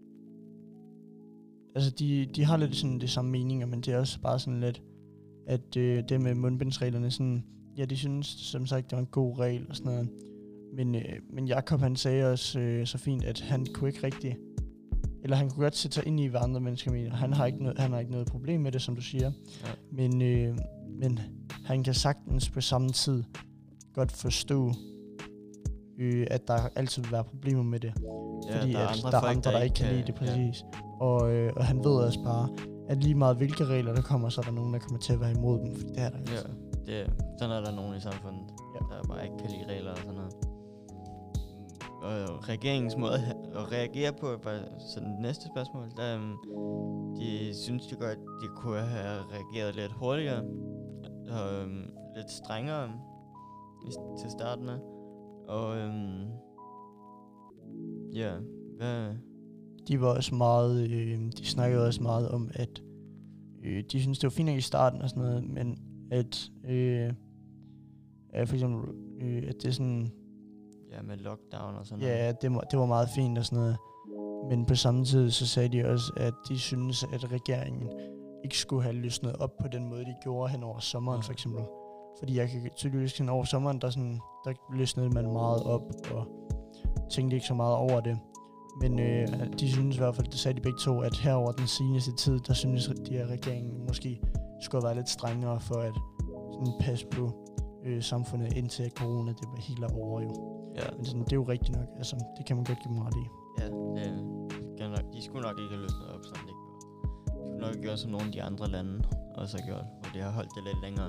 altså de har lidt sådan det samme meninger, men det er også bare sådan lidt, at det med mundbindsreglerne sådan, ja, de synes som sagt, det var en god regel og sådan noget. Men Jakob han sagde også så fint, at han kunne ikke rigtig, eller han kunne godt sætte sig ind i, hvad andre mennesker mener. Han har ikke noget problem med det, som du siger. Ja. Men han kan sagtens på samme tid godt forstå, at der altid vil være problemer med det. Ja, fordi der er andre, der ikke kan lide det, præcis. Ja. Og han ved også bare, at lige meget hvilke regler der kommer, så er der nogen, der kommer til at være imod dem, fordi det er der ikke. Ja, sådan er der nogen i samfundet, der bare ikke kan lide regler og sådan noget. Og regeringens måde at reagere på, var sådan det næste spørgsmål, der de synes de godt, de kunne have reageret lidt hurtigere og lidt strengere til starten af. Og hvad? De var også meget, de snakkede også meget om, at de synes det var fint i starten og sådan noget, men at for eksempel, at det er sådan, ja, med lockdown og sådan noget. Ja, det var meget fint og sådan noget. Men på samme tid, så sagde de også, at de synes, at regeringen ikke skulle have løsnet op på den måde, de gjorde hen over sommeren, for eksempel. Fordi jeg kan tydeligvis hen over sommeren, der løsnede man meget op, og tænkte ikke så meget over det. Men de synes i hvert fald, det sagde de begge to, at herover den seneste tid, der synes de, at regeringen måske skulle være lidt strengere for at sådan passe på samfundet, indtil corona det var helt over jo. Ja. Men sådan, det er jo rigtigt nok, altså det kan man godt give mig ret i. Ja, de skulle nok ikke have løsnet op, som det gjorde. De skulle nok gøre, som nogle af de andre lande også har gjort, hvor de har holdt det lidt længere.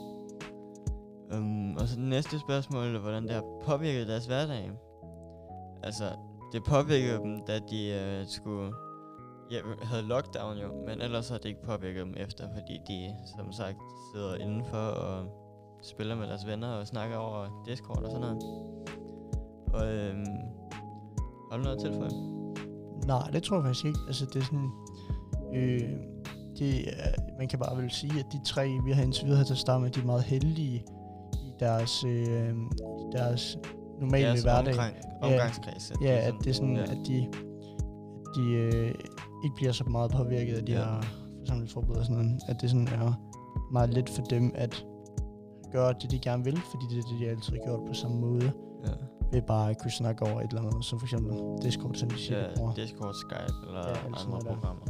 Og så det næste spørgsmål, hvordan det har påvirket deres hverdag. Altså, det påvirkede dem, da de havde lockdown jo, men ellers har det ikke påvirket dem efter, fordi de, som sagt, sidder indenfor og spiller med deres venner og snakker over Discord og sådan noget. Og har du noget til for? Nej, det tror jeg faktisk ikke. Altså, det er sådan, man kan bare vel sige, at de tre, vi har interviewet her til at starte med, de er meget heldige i deres normale hverdag. Omgangskreds. Ja, at det er sådan, at de ikke bliver så meget påvirket af de her forsamlingsforbud og sådan noget. At det sådan er meget let for dem at gøre det, de gerne vil, fordi det er det, de altid har gjort på samme måde. ved bare at kunne snakke over et eller andet, som for eksempel Discord, som de siger, de bruger. Discord, Skype eller Ja, alt sådan andre noget der. programmer.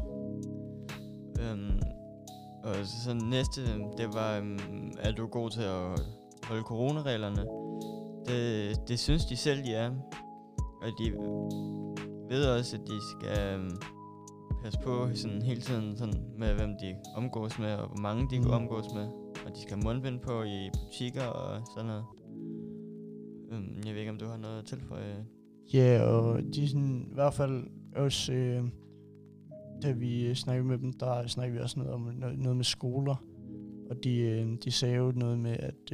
Og så næste, det var, er du god til at holde coronareglerne? Det synes de selv, de er. Og de ved også, at de skal passe på sådan hele tiden sådan med, hvem de omgås med, og hvor mange de kan omgås med. Og de skal have mundbind på i butikker og sådan noget. Jeg ved ikke, om du har noget at tilføje? Ja, og de er sådan, i hvert fald også, da vi snakkede med dem, der snakkede vi også noget om noget med skoler. Og de sagde jo noget med, at,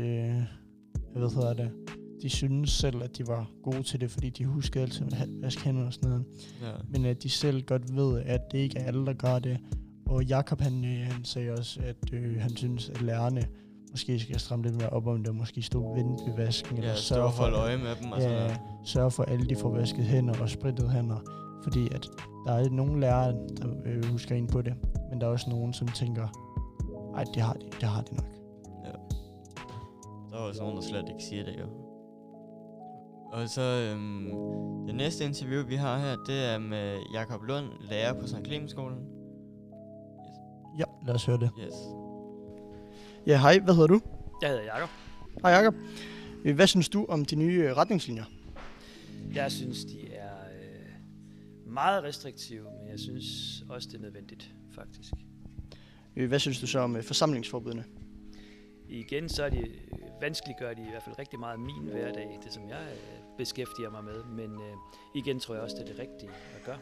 de synes selv, at de var gode til det, fordi de huskede altid at vaske hænder og sådan noget. Ja. Men at de selv godt ved, at det ikke er alle, der gør det. Og Jakob, han sagde også, at han synes, at lærerne måske skal stramme lidt mere op om det, og måske stå og vente ved vasken. Ja, eller stå og holde øje med dem og sådan noget. Sørge for, at alle de får vasket hænder og sprittet hænder. Fordi at der er nogle lærere, der husker ind på det, men der er også nogen, som tænker, ej, det har de nok. Ja. Der er også nogen, der slet ikke siger det, jo. Og så det næste interview, vi har her, det er med Jakob Lund, lærer på Sankt Clemensskolen. Ja, lad os høre det. Yes. Ja, hej, hvad hedder du? Jeg hedder Jakob. Hej Jakob. Hvad synes du om de nye retningslinjer? Jeg synes, de er meget restriktive, men jeg synes også, det er nødvendigt, faktisk. Hvad synes du så om forsamlingsforbudene? Igen, så er de vanskeliggør de i hvert fald rigtig meget min hverdag, det som jeg beskæftiger mig med, men igen tror jeg også, det er det rigtige at gøre.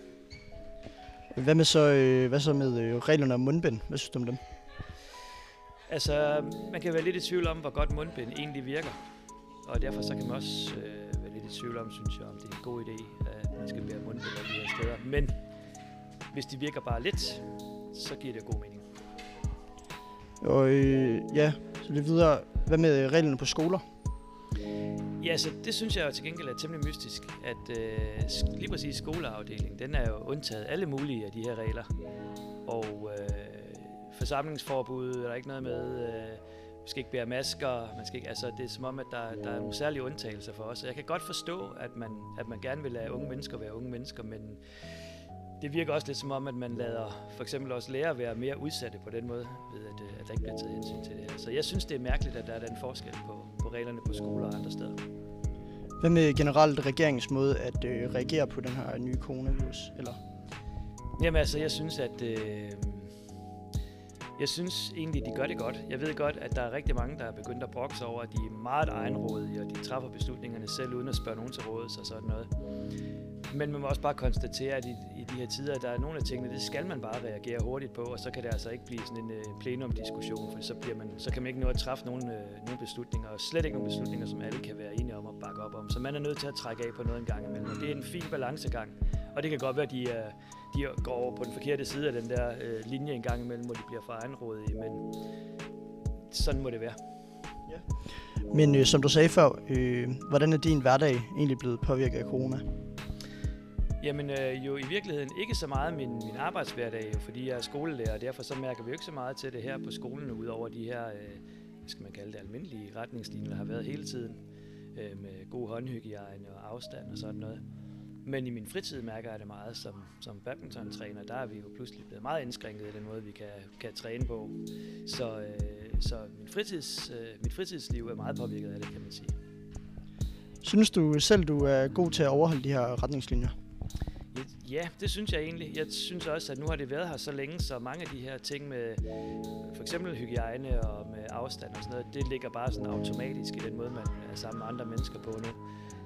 Hvad så med reglerne om mundbind? Hvad synes du om dem? Altså, man kan være lidt i tvivl om, hvor godt mundbind egentlig virker, og derfor så kan man også være lidt i tvivl om, synes jeg, om det er en god idé, at man skal bære mundbind alle de her steder. Men hvis de virker bare lidt, så giver det god mening. Og ja, så lidt videre. Hvad med reglerne på skoler? Ja, så det synes jeg jo til gengæld er temmelig mystisk, at lige præcis skoleafdelingen, den er jo undtaget alle mulige af de her regler. Og forsamlingsforbud er der ikke noget med, man skal ikke bære masker, man skal ikke, altså det er som om, at der er nogle særlige undtagelser for os. Og jeg kan godt forstå, at man gerne vil lade unge mennesker være unge mennesker, men det virker også lidt som om, at man lader for eksempel også lærere være mere udsatte på den måde, ved at der ikke bliver taget hensyn til det her. Så jeg synes, det er mærkeligt, at der er den forskel på reglerne på skoler og andre steder. Hvad med generelt regeringens måde at reagere på den her nye coronavirus? Eller? Jamen altså, jeg synes, jeg synes egentlig, de gør det godt. Jeg ved godt, at der er rigtig mange, der er begyndt at brokse over, at de er meget egenrådige, og de træffer beslutningerne selv, uden at spørge nogen til råds og sådan noget. Men man må også bare konstatere, at i de her tider, der er nogle af tingene, det skal man bare reagere hurtigt på, og så kan det altså ikke blive sådan en plenumdiskussion, for så kan man ikke nå at træffe nogle beslutninger, og slet ikke nogle beslutninger, som alle kan være enige om at bakke op om. Så man er nødt til at trække af på noget en gang imellem, og det er en fin balancegang. Og det kan godt være, at de går over på den forkerte side af den der linje en gang imellem, hvor de bliver for egenrådige, men sådan må det være. Ja. Men som du sagde før, hvordan er din hverdag egentlig blevet påvirket af corona? Jamen jo i virkeligheden ikke så meget min arbejdshverdag, fordi jeg er skolelærer, og derfor så mærker vi jo ikke så meget til det her på skolen, udover de her, hvad skal man kalde det, almindelige retningslinjer, der har været hele tiden, med god håndhygiejne og afstand og sådan noget. Men i min fritid mærker jeg det meget som badmintontræner, der er vi jo pludselig blevet meget indskrænket i den måde, vi kan træne på. Så mit fritidsliv er meget påvirket af det, kan man sige. Synes du selv, du er god til at overholde de her retningslinjer? Ja, det synes jeg egentlig. Jeg synes også, at nu har det været her så længe, så mange af de her ting med for eksempel hygiejne og med afstand og sådan noget, det ligger bare sådan automatisk i den måde, man er sammen med andre mennesker på nu.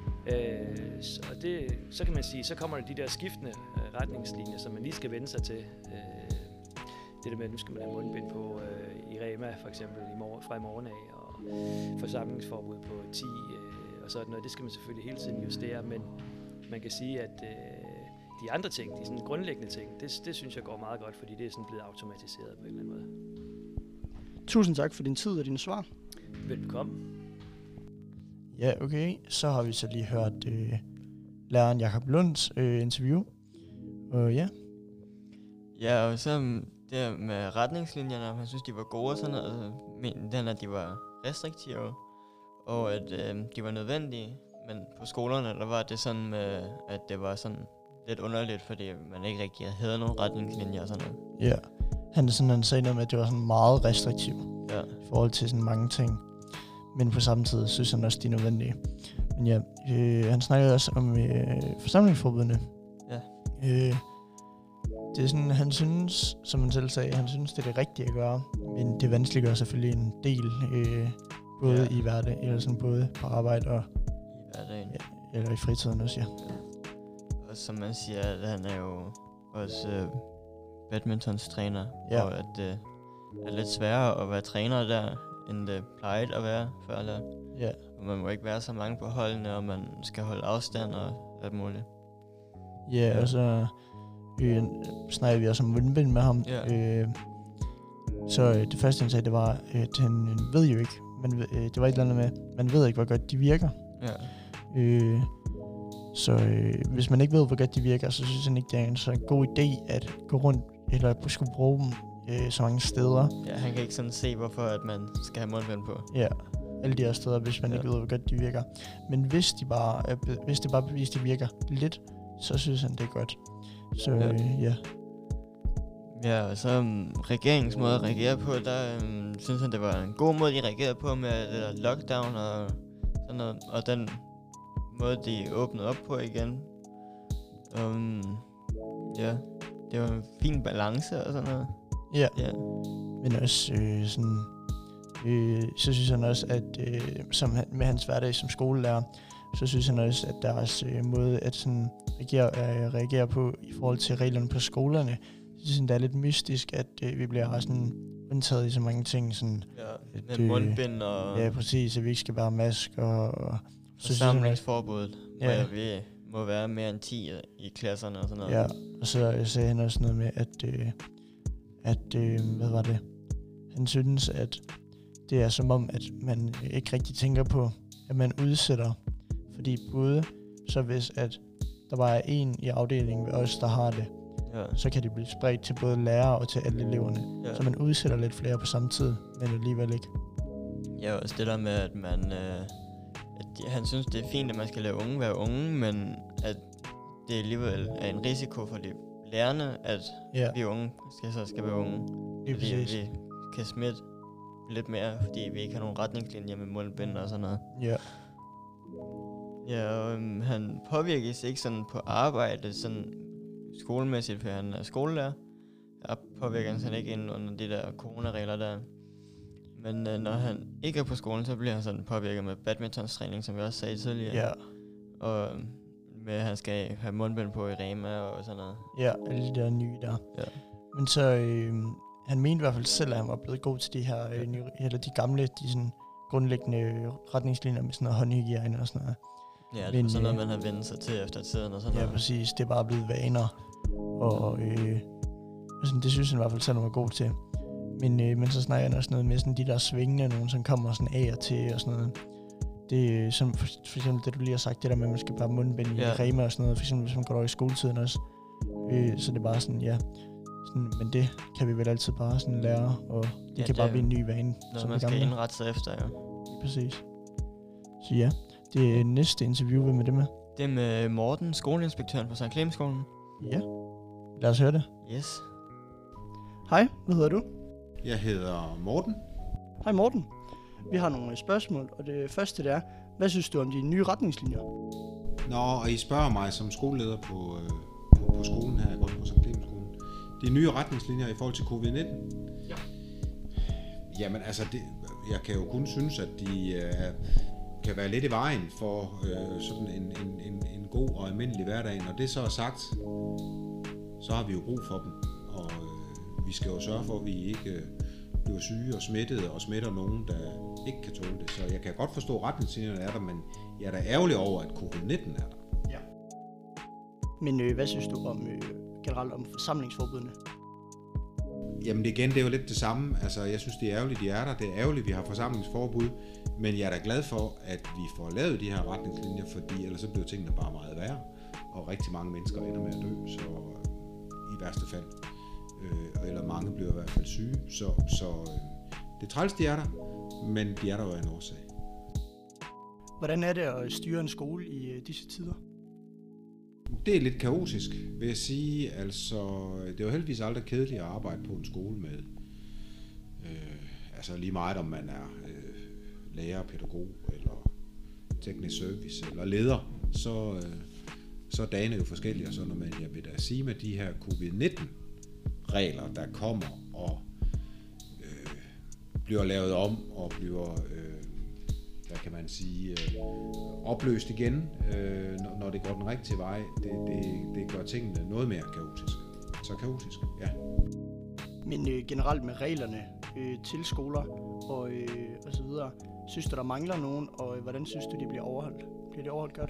Så kan man sige, så kommer der de der skiftende retningslinjer, som man lige skal vende sig til. Det der med, at nu skal man have mundbind på i Rema for eksempel fra i morgen af, og forsamlingsforbud på 10 og sådan noget. Det skal man selvfølgelig hele tiden justere, men man kan sige, at de andre ting, de sådan grundlæggende ting, det synes jeg går meget godt, fordi det er sådan blevet automatiseret på en eller anden måde. Tusind tak for din tid og dine svar. Velkommen. Ja, okay. Så har vi så lige hørt læreren Jakob Lunds interview. Og ja. Ja, og så der med retningslinjerne, man synes, de var gode og sådan noget, men den at de var restriktive, og at de var nødvendige. men på skolerne, der var det sådan med, at det var sådan lidt underligt, fordi man ikke rigtig havde nogen retningslinjer og sådan noget. Ja. Han sagde noget med, at det var sådan meget restriktivt i forhold til sådan mange ting. Men på samme tid synes han også, de er nødvendige. Men ja, han snakkede også om forsamlingsforbudene. Ja. Det er sådan, han synes, som han selv sagde, han synes, det er det rigtige at gøre. Men det vanskeliggør selvfølgelig en del, både i hverdag, eller sådan både på arbejde og i hverdagen. Ja, eller i fritiden også, ja. Og som man siger, at han er jo også badmintons træner, og at det er lidt sværere at være træner der, end det plejede at være før. Ja. Og man må ikke være så mange på holdene, og man skal holde afstand og alt muligt. Ja, og så snakker vi også om mundbind med ham. Ja. Så det første, han sagde, det var, at han ved jo ikke, det var et eller andet med, man ved ikke, hvor godt de virker. Ja. Så hvis man ikke ved, hvor godt de virker, så synes han ikke, det er en så god idé at gå rundt, eller skulle bruge dem så mange steder. Ja, han kan ikke sådan se, hvorfor at man skal have mundbind på. Ja, alle de her steder, hvis man ikke ved, hvor godt de virker. Men hvis det bare beviser, de virker lidt, så synes han, det er godt. Så ja. Ja, og så regeringens måde at reagere på, der synes han, det var en god måde, de reagerede på med det der lockdown og sådan noget. Og den måde, de åbnede op på igen. Ja, det var en fin balance og sådan noget. Ja. Men også så synes han også, at med hans hverdag som skolelærer, så synes han også, at deres måde at sådan reagere på i forhold til reglerne på skolerne, så synes han, det er lidt mystisk, at vi bliver sådan undtaget i så mange ting. Sådan, med mundbind og... Ja, præcis, at vi ikke skal bære masker og forsamlingsforbuddet, hvor vi må være mere end 10 i klasserne og sådan noget. Ja, og så sagde han også noget med, at hvad var det? Han synes, at det er som om, at man ikke rigtig tænker på, at man udsætter. Fordi både så hvis, at der bare er en i afdelingen ved os, der har det, så kan det blive spredt til både lærere og til alle eleverne. Ja. Så man udsætter lidt flere på samme tid, men alligevel ikke. Ja, også det der med, at man... han synes, det er fint, at man skal lade unge være unge, men at det alligevel er en risiko for de lærerne, at vi unge skal være unge. Fordi vi kan smitte lidt mere, fordi vi ikke har nogen retningslinjer med mundbind og sådan noget. Ja. Ja, og han påvirkes ikke sådan på arbejde, sådan skolemæssigt, for han er skolelærer. Der påvirker han sådan ikke ind under de der coronaregler der. Men når han ikke er på skolen, så bliver han sådan påvirket med badmintonstræning, som vi også sagde tidligere. Ja. Og med at han skal have mundbind på i Rema og sådan noget. Ja, alle de der nye der. Ja. Men så, han mente i hvert fald selv, at han var blevet god til de her, eller de gamle, de sådan grundlæggende retningslinjer med sådan noget håndhygiejne og sådan noget. Ja, det er sådan noget, man har vendt sig til efter tiden og sådan noget. Ja, præcis. Det er bare blevet vaner. Og sådan, det synes han i hvert fald selv, han var god til. Men så snakker han også noget med sådan de der svingende, nogen som kommer sådan af og til og sådan noget. Det er som for eksempel det, du lige har sagt, det der med, at man skal bare mundbind i Rema og sådan noget. For eksempel, hvis man går over i skoletiden også. Så det er bare sådan, sådan, men det kan vi vel altid bare sådan lære, og det kan bare blive en ny vane. Noget, man skal indrette sig efter, ja. Præcis. Så ja, det er næste interview, hvem er det med? Det er med Morten, skoleinspektøren på Sankt Clemens-skolen. Ja, lad os høre det. Yes. Hej, hvad hedder du? Jeg hedder Morten. Hej Morten. Vi har nogle spørgsmål, og det første det er, hvad synes du om de nye retningslinjer? Og I spørger mig som skoleleder på skolen her på Sankt Clemens-skolen. De nye retningslinjer i forhold til covid-19? Ja. Jamen altså, jeg kan jo kun synes, at de kan være lidt i vejen for sådan en god og almindelig hverdag. Når det så er sagt, så har vi jo brug for dem. Og vi skal jo sørge for, at vi ikke bliver syge og smittede og smitter nogen, der ikke kan tåle det. Så jeg kan godt forstå, at retningslinjerne er der, men jeg er da ærgerlig over, at covid-19 er der. Ja. Men hvad synes du om generelt om forsamlingsforbudene? Jamen igen, det er jo lidt det samme. Altså, jeg synes, det er ærgerligt, de er der. Det er ærgerligt, vi har forsamlingsforbud. Men jeg er da glad for, at vi får lavet de her retningslinjer, fordi ellers så bliver tingene bare meget værre. Og rigtig mange mennesker ender med at dø, så i værste fald. Eller mange bliver i hvert fald syge. Så det er træls, de er der, men de er der jo af en årsag. Hvordan er det at styre en skole i disse tider? Det er lidt kaotisk, vil jeg sige. Altså, det er jo heldigvis aldrig kedeligt at arbejde på en skole med. Altså lige meget om man er lærer, pædagog eller teknisk service eller leder, så er dagene jo forskellige og sådan noget. Men jeg vil da sige med de her covid-19-regler, der kommer og bliver lavet om og bliver, hvad kan man sige, opløst igen, når det går den rigtige vej. Det gør tingene noget mere kaotisk. Så kaotisk, ja. Men generelt med reglerne til skoler og så videre, synes du, der mangler nogen, og hvordan synes du, de bliver overholdt? Bliver det overholdt godt?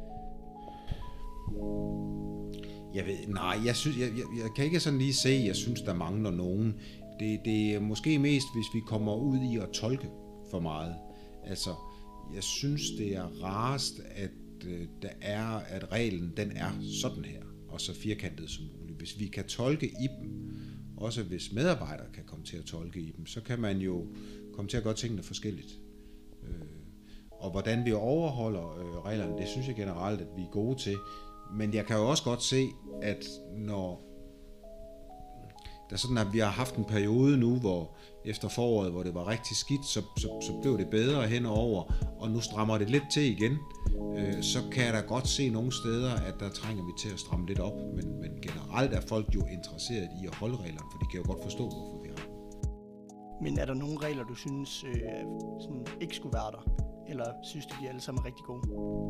Jeg kan ikke sådan lige se, jeg synes, der mangler nogen. Det er måske mest, hvis vi kommer ud i at tolke for meget. Altså, jeg synes, det er rarest, at reglen, den er sådan her, og så firkantet som muligt. Hvis vi kan tolke i dem, også hvis medarbejdere kan komme til at tolke i dem, så kan man jo komme til at gøre tingene forskelligt. Og hvordan vi overholder reglerne, det synes jeg generelt, at vi er gode til. Men jeg kan jo også godt se, at når der sådan, at vi har haft en periode nu, hvor efter foråret, hvor det var rigtig skidt, så blev det bedre henover, og nu strammer det lidt til igen. Så kan jeg da godt se nogle steder, at der trænger vi til at stramme lidt op. Men generelt er folk jo interesseret i at holde reglerne, for de kan jo godt forstå, hvorfor vi har dem. Men er der nogle regler, du synes sådan ikke skulle være der? Eller synes du, de alle sammen er rigtig gode?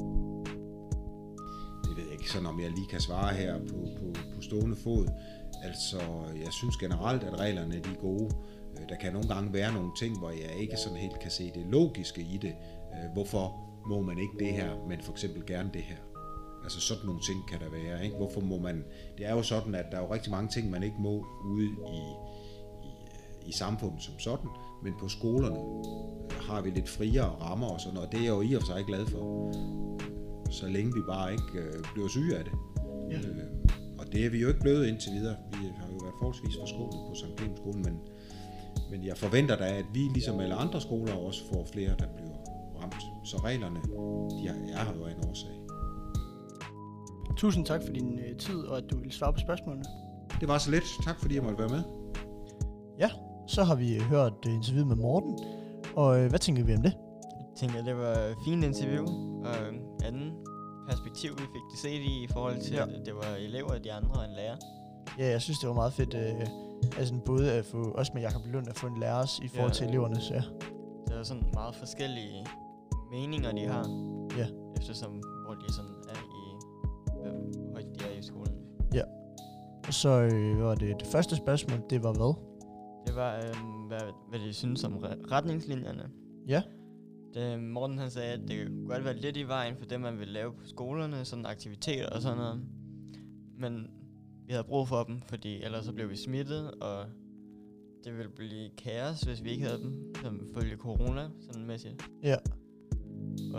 Det ved jeg ikke sådan, om jeg lige kan svare her på stående fod. Altså, jeg synes generelt, at reglerne er gode. Der kan nogle gange være nogle ting, hvor jeg ikke sådan helt kan se det logiske i det. Hvorfor må man ikke det her, men for eksempel gerne det her? Altså sådan nogle ting kan der være, ikke? Hvorfor må man... Det er jo sådan, at der er jo rigtig mange ting, man ikke må ude i samfundet som sådan, men på skolerne har vi lidt friere rammer og sådan noget, og det er jeg jo i og for sig glad for, så længe vi bare ikke bliver syge af det. Ja. Og det er vi jo ikke blevet indtil videre. Vi har jo været forholdsvis forskålet på Sankt Clemens skolen, men jeg forventer da, at vi ligesom alle andre skoler også får flere, der bliver ramt. Så reglerne, de er her jo af en årsag. Tusind tak for din tid, og at du ville svare på spørgsmålene. Det var så lidt. Tak fordi jeg måtte være med. Ja, så har vi hørt interviewet med Morten, og hvad tænker vi om det? Jeg tænker, det var et fint interview, og anden perspektiv, vi fik det set i forhold til, at det var elever af de andre end lærer. Ja, jeg synes, det var meget fedt, altså både at få, også med Jakob Lund, at få en lærer i forhold til eleverne, så Det er sådan meget forskellige meninger, de har, eftersom hvor de sådan er i, hvor højt de er i skolen. Ja, og så var det første spørgsmål, det var hvad? Det var, hvad de synes om retningslinjerne. Ja. Morten han sagde, at det kunne godt være lidt i vejen for det, man vil lave på skolerne, sådan aktiviteter og sådan noget. Men vi havde brug for dem, fordi ellers så blev vi smittet, og det ville blive kaos, hvis vi ikke havde dem, som følge corona, sådan mæssigt. Ja. Og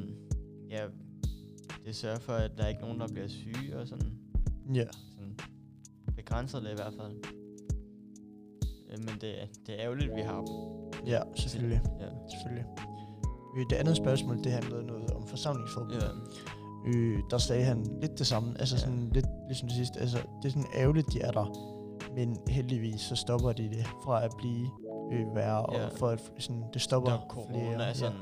det sørger for, at der er ikke nogen, der bliver syge og sådan. Ja. Sådan begrænser det i hvert fald. Men det er ærgerligt, vi har dem. Ja, selvfølgelig. Ja. Selvfølgelig. Det andet spørgsmål, det handlede noget om forsamlingsforbud. Ja. Der sagde han lidt det samme, altså sådan lidt ligesom det sidste. Altså, det er sådan ærgerligt, de er der, men heldigvis så stopper de det fra at blive værre, og for at sådan, det stopper der corona flere. Er sådan,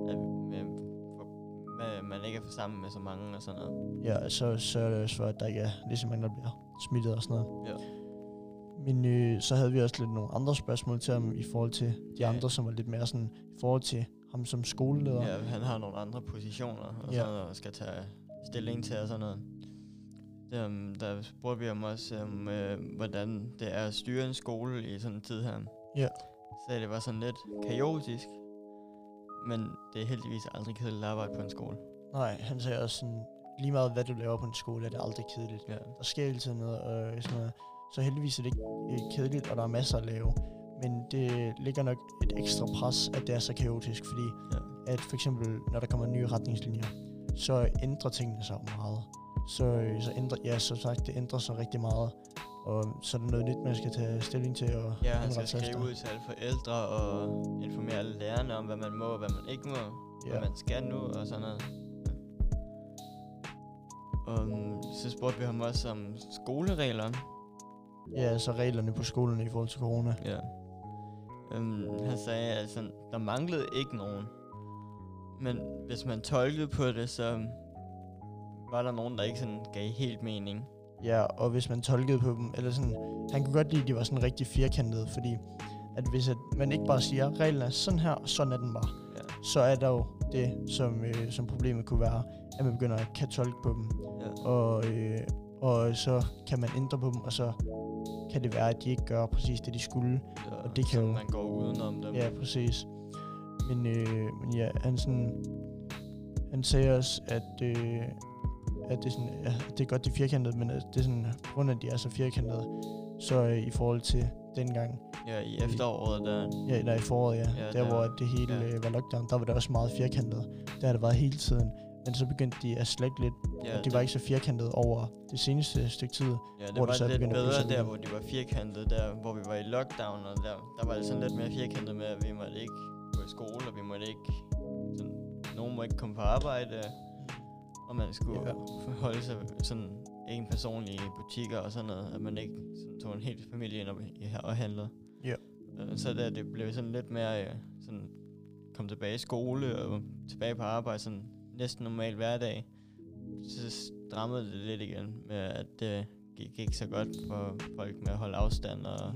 at man ikke er sammen med så mange og sådan noget. Ja, så sørger det også for, at der ikke er lige så mange, der bliver smittet og sådan noget. Ja. Men så havde vi også lidt nogle andre spørgsmål til ham i forhold til de andre, som var lidt mere sådan i forhold til ham som skoleleder. Ja, han har nogle andre positioner og sådan noget, og skal tage stilling til og sådan noget. Der spurgte vi om også, hvordan det er at styre en skole i sådan en tid her. Ja. Så det var sådan lidt kaotisk, men det er heldigvis aldrig kedeligt at arbejde på en skole. Nej, han sagde også sådan, lige meget hvad du laver på en skole, er det aldrig kedeligt. Ja. Der sker hele tiden noget og sådan noget. Så heldigvis er det ikke kedeligt, og der er masser at lave. Men det ligger nok et ekstra pres, at det er så kaotisk, fordi at for eksempel, når der kommer nye retningslinjer, så ændrer tingene sig meget. Så sagt, det ændrer sig rigtig meget. Og så er der noget nyt, man skal tage stilling til. Og han skal skrive ud til alle forældre og informere alle lærerne om, hvad man må og hvad man ikke må. hvad man skal nu og sådan noget. Og så spurgte vi ham også om skolereglerne. Ja, altså reglerne på skolerne i forhold til corona. Ja. Han sagde, at sådan, der manglede ikke nogen. Men hvis man tolkede på det, så var der nogen, der ikke sådan gav helt mening. Ja, og hvis man tolkede på dem, eller sådan, han kunne godt lide, at de var sådan rigtig firkantede, fordi at hvis man ikke bare siger, reglen er sådan her, og sådan er den bare, så er der jo det, som problemet kunne være, at man begynder at kan tolke på dem. Ja. Og så kan man ændre på dem, og så kan det være, at de ikke gør præcis det, de skulle. Ja, og det kan jo man går udenom dem. Ja, præcis. Men ja, han sagde også, at det er sådan, ja, det er godt, de er firkantede, men at det er sådan, på grund af, at de er så firkantede, så i forhold til dengang. Ja, i efteråret der. Ja, der i foråret, ja. Der hvor det hele var lockdown, der var det også meget firkantet. Der har det været hele tiden. Men så begyndte de at slække lidt, og de var ikke så firkantede over det seneste stykke tid. Ja, det var lidt bedre der, hvor de var firkantede, der hvor vi var i lockdown, og der var det sådan lidt mere firkantet med, at vi måtte ikke gå i skole, og vi måtte ikke, sådan, nogen må ikke komme på arbejde, og man skulle holde sig sådan en person i butikker og sådan noget, at man ikke sådan tog en hel familie ind og handlede. Ja. Så det blev sådan lidt mere sådan, kom tilbage i skole og tilbage på arbejde, sådan næsten normal hverdag, så strammede det lidt igen med, at det gik ikke så godt for folk med at holde afstand. Og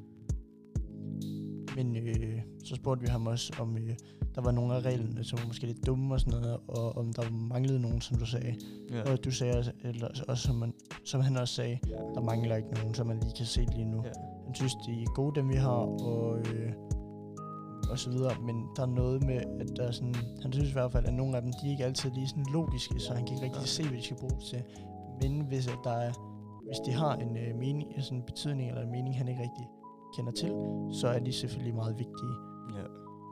Men så spurgte vi ham også, om der var nogle af reglerne, som var måske lidt dumme og sådan noget, og om der manglede nogen, som du sagde. Ja. Og du sagde også, eller også som han også sagde, der mangler ikke nogen, som man lige kan se lige nu. Ja. Han synes, de er gode, dem vi har, og så videre, men der er noget med, at der er sådan, han synes i hvert fald, at nogle af dem, de er ikke altid lige sådan logiske, så han kan ikke rigtig se, hvad de skal bruges til. Men hvis de har en mening, sådan en betydning eller en mening, han ikke rigtig kender til, så er de selvfølgelig meget vigtige. Ja.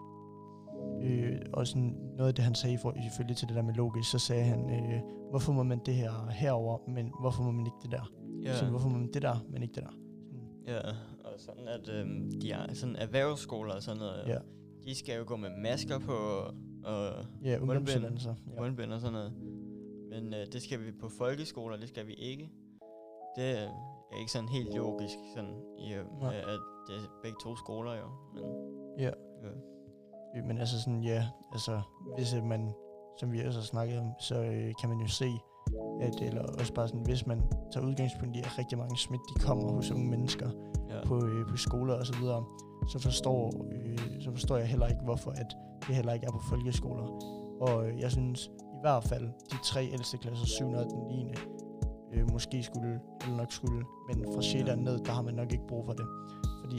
Og sådan noget af det, han sagde ifølge til det der med logisk, så sagde han, hvorfor må man det her herover, men hvorfor må man ikke det der? Ja. Så hvorfor må man det der, men ikke det der? Sådan. Ja, og sådan at de er sådan erhvervsskoler og sådan noget, de skal jo gå med masker på og mundbind og sådan noget. Men det skal vi på folkeskoler, det skal vi ikke. Det er ikke sådan helt logisk, sådan at det er begge to skoler jo. Men, ja. Men altså sådan, altså hvis man, som vi også har snakket om, så kan man jo se, at, eller også bare sådan, hvis man tager udgangspunkt i, at rigtig mange smidt, de kommer hos unge mennesker på skoler og så videre, så forstår jeg heller ikke, hvorfor at det heller ikke er på folkeskoler. Og jeg synes i hvert fald, de 3 ældste klasser, 7. og den 9. Måske skulle, eller nok skulle, men fra 6. ned, der har man nok ikke brug for det. Fordi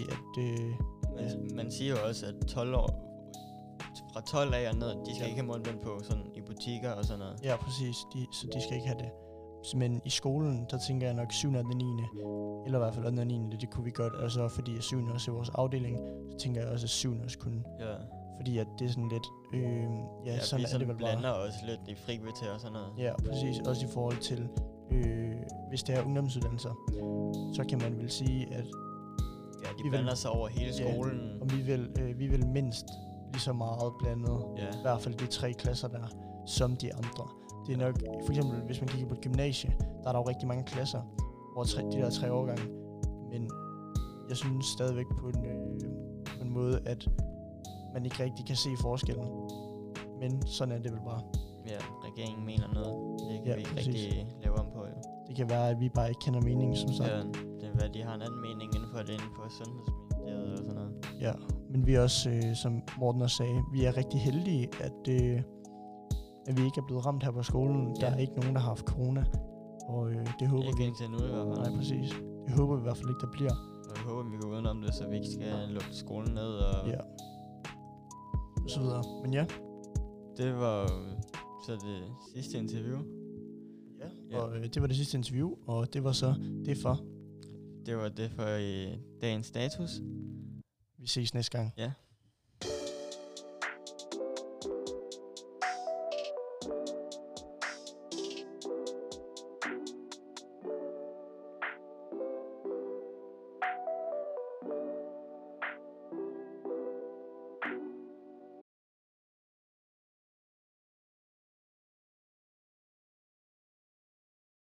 at man siger jo også, at 12 år, fra 12 af og ned, de skal ikke have mundbind på sådan i butikker og sådan noget. Ja, præcis. Så de skal ikke have det. Men i skolen, der tænker jeg nok 7. og den 9. Eller i hvert fald 8. og 9. Det kunne vi godt. Og så fordi at 7. også er vores afdeling, så tænker jeg også, at 7. også kunne. Ja. Fordi at det er sådan lidt, sådan er det vel bare. Blander også lidt i frikvarter og sådan noget. Ja, præcis. Også i forhold til, hvis det er ungdomsuddannelser, så kan man vel sige, at de blander sig over hele skolen. Ja, og vi vil mindst lige så meget blandet, i hvert fald de 3 klasser der, som de andre. Det er nok, for eksempel hvis man kigger på et gymnasie, der er der jo rigtig mange klasser, over de der 3 årgange. Men jeg synes stadigvæk på en måde, at man ikke rigtig kan se forskellen. Men sådan er det vel bare. Ja, regeringen mener noget. Det kan vi ikke rigtig lave om på, jo. Det kan være, at vi bare ikke kender meningen, som sagt. Ja, det er, at de har en anden mening inden for det, inden for Sundhedsministeriet og sådan noget. Ja, men vi er også, som Morten også sagde, vi er rigtig heldige, at vi ikke er blevet ramt her på skolen. Der er ikke nogen, der har haft corona. Og det håber vi ikke. Indtil nu i hvert fald. Nej, præcis. Det håber vi i hvert fald ikke, der bliver. Og jeg håber, vi går udenom det, så vi ikke skal lukke skolen ned og... Ja. Og så videre. Men ja. Det var så det sidste interview. Ja, og det var det sidste interview, og det var så det for... Det var det for dagens status. Vi ses næste gang. Ja.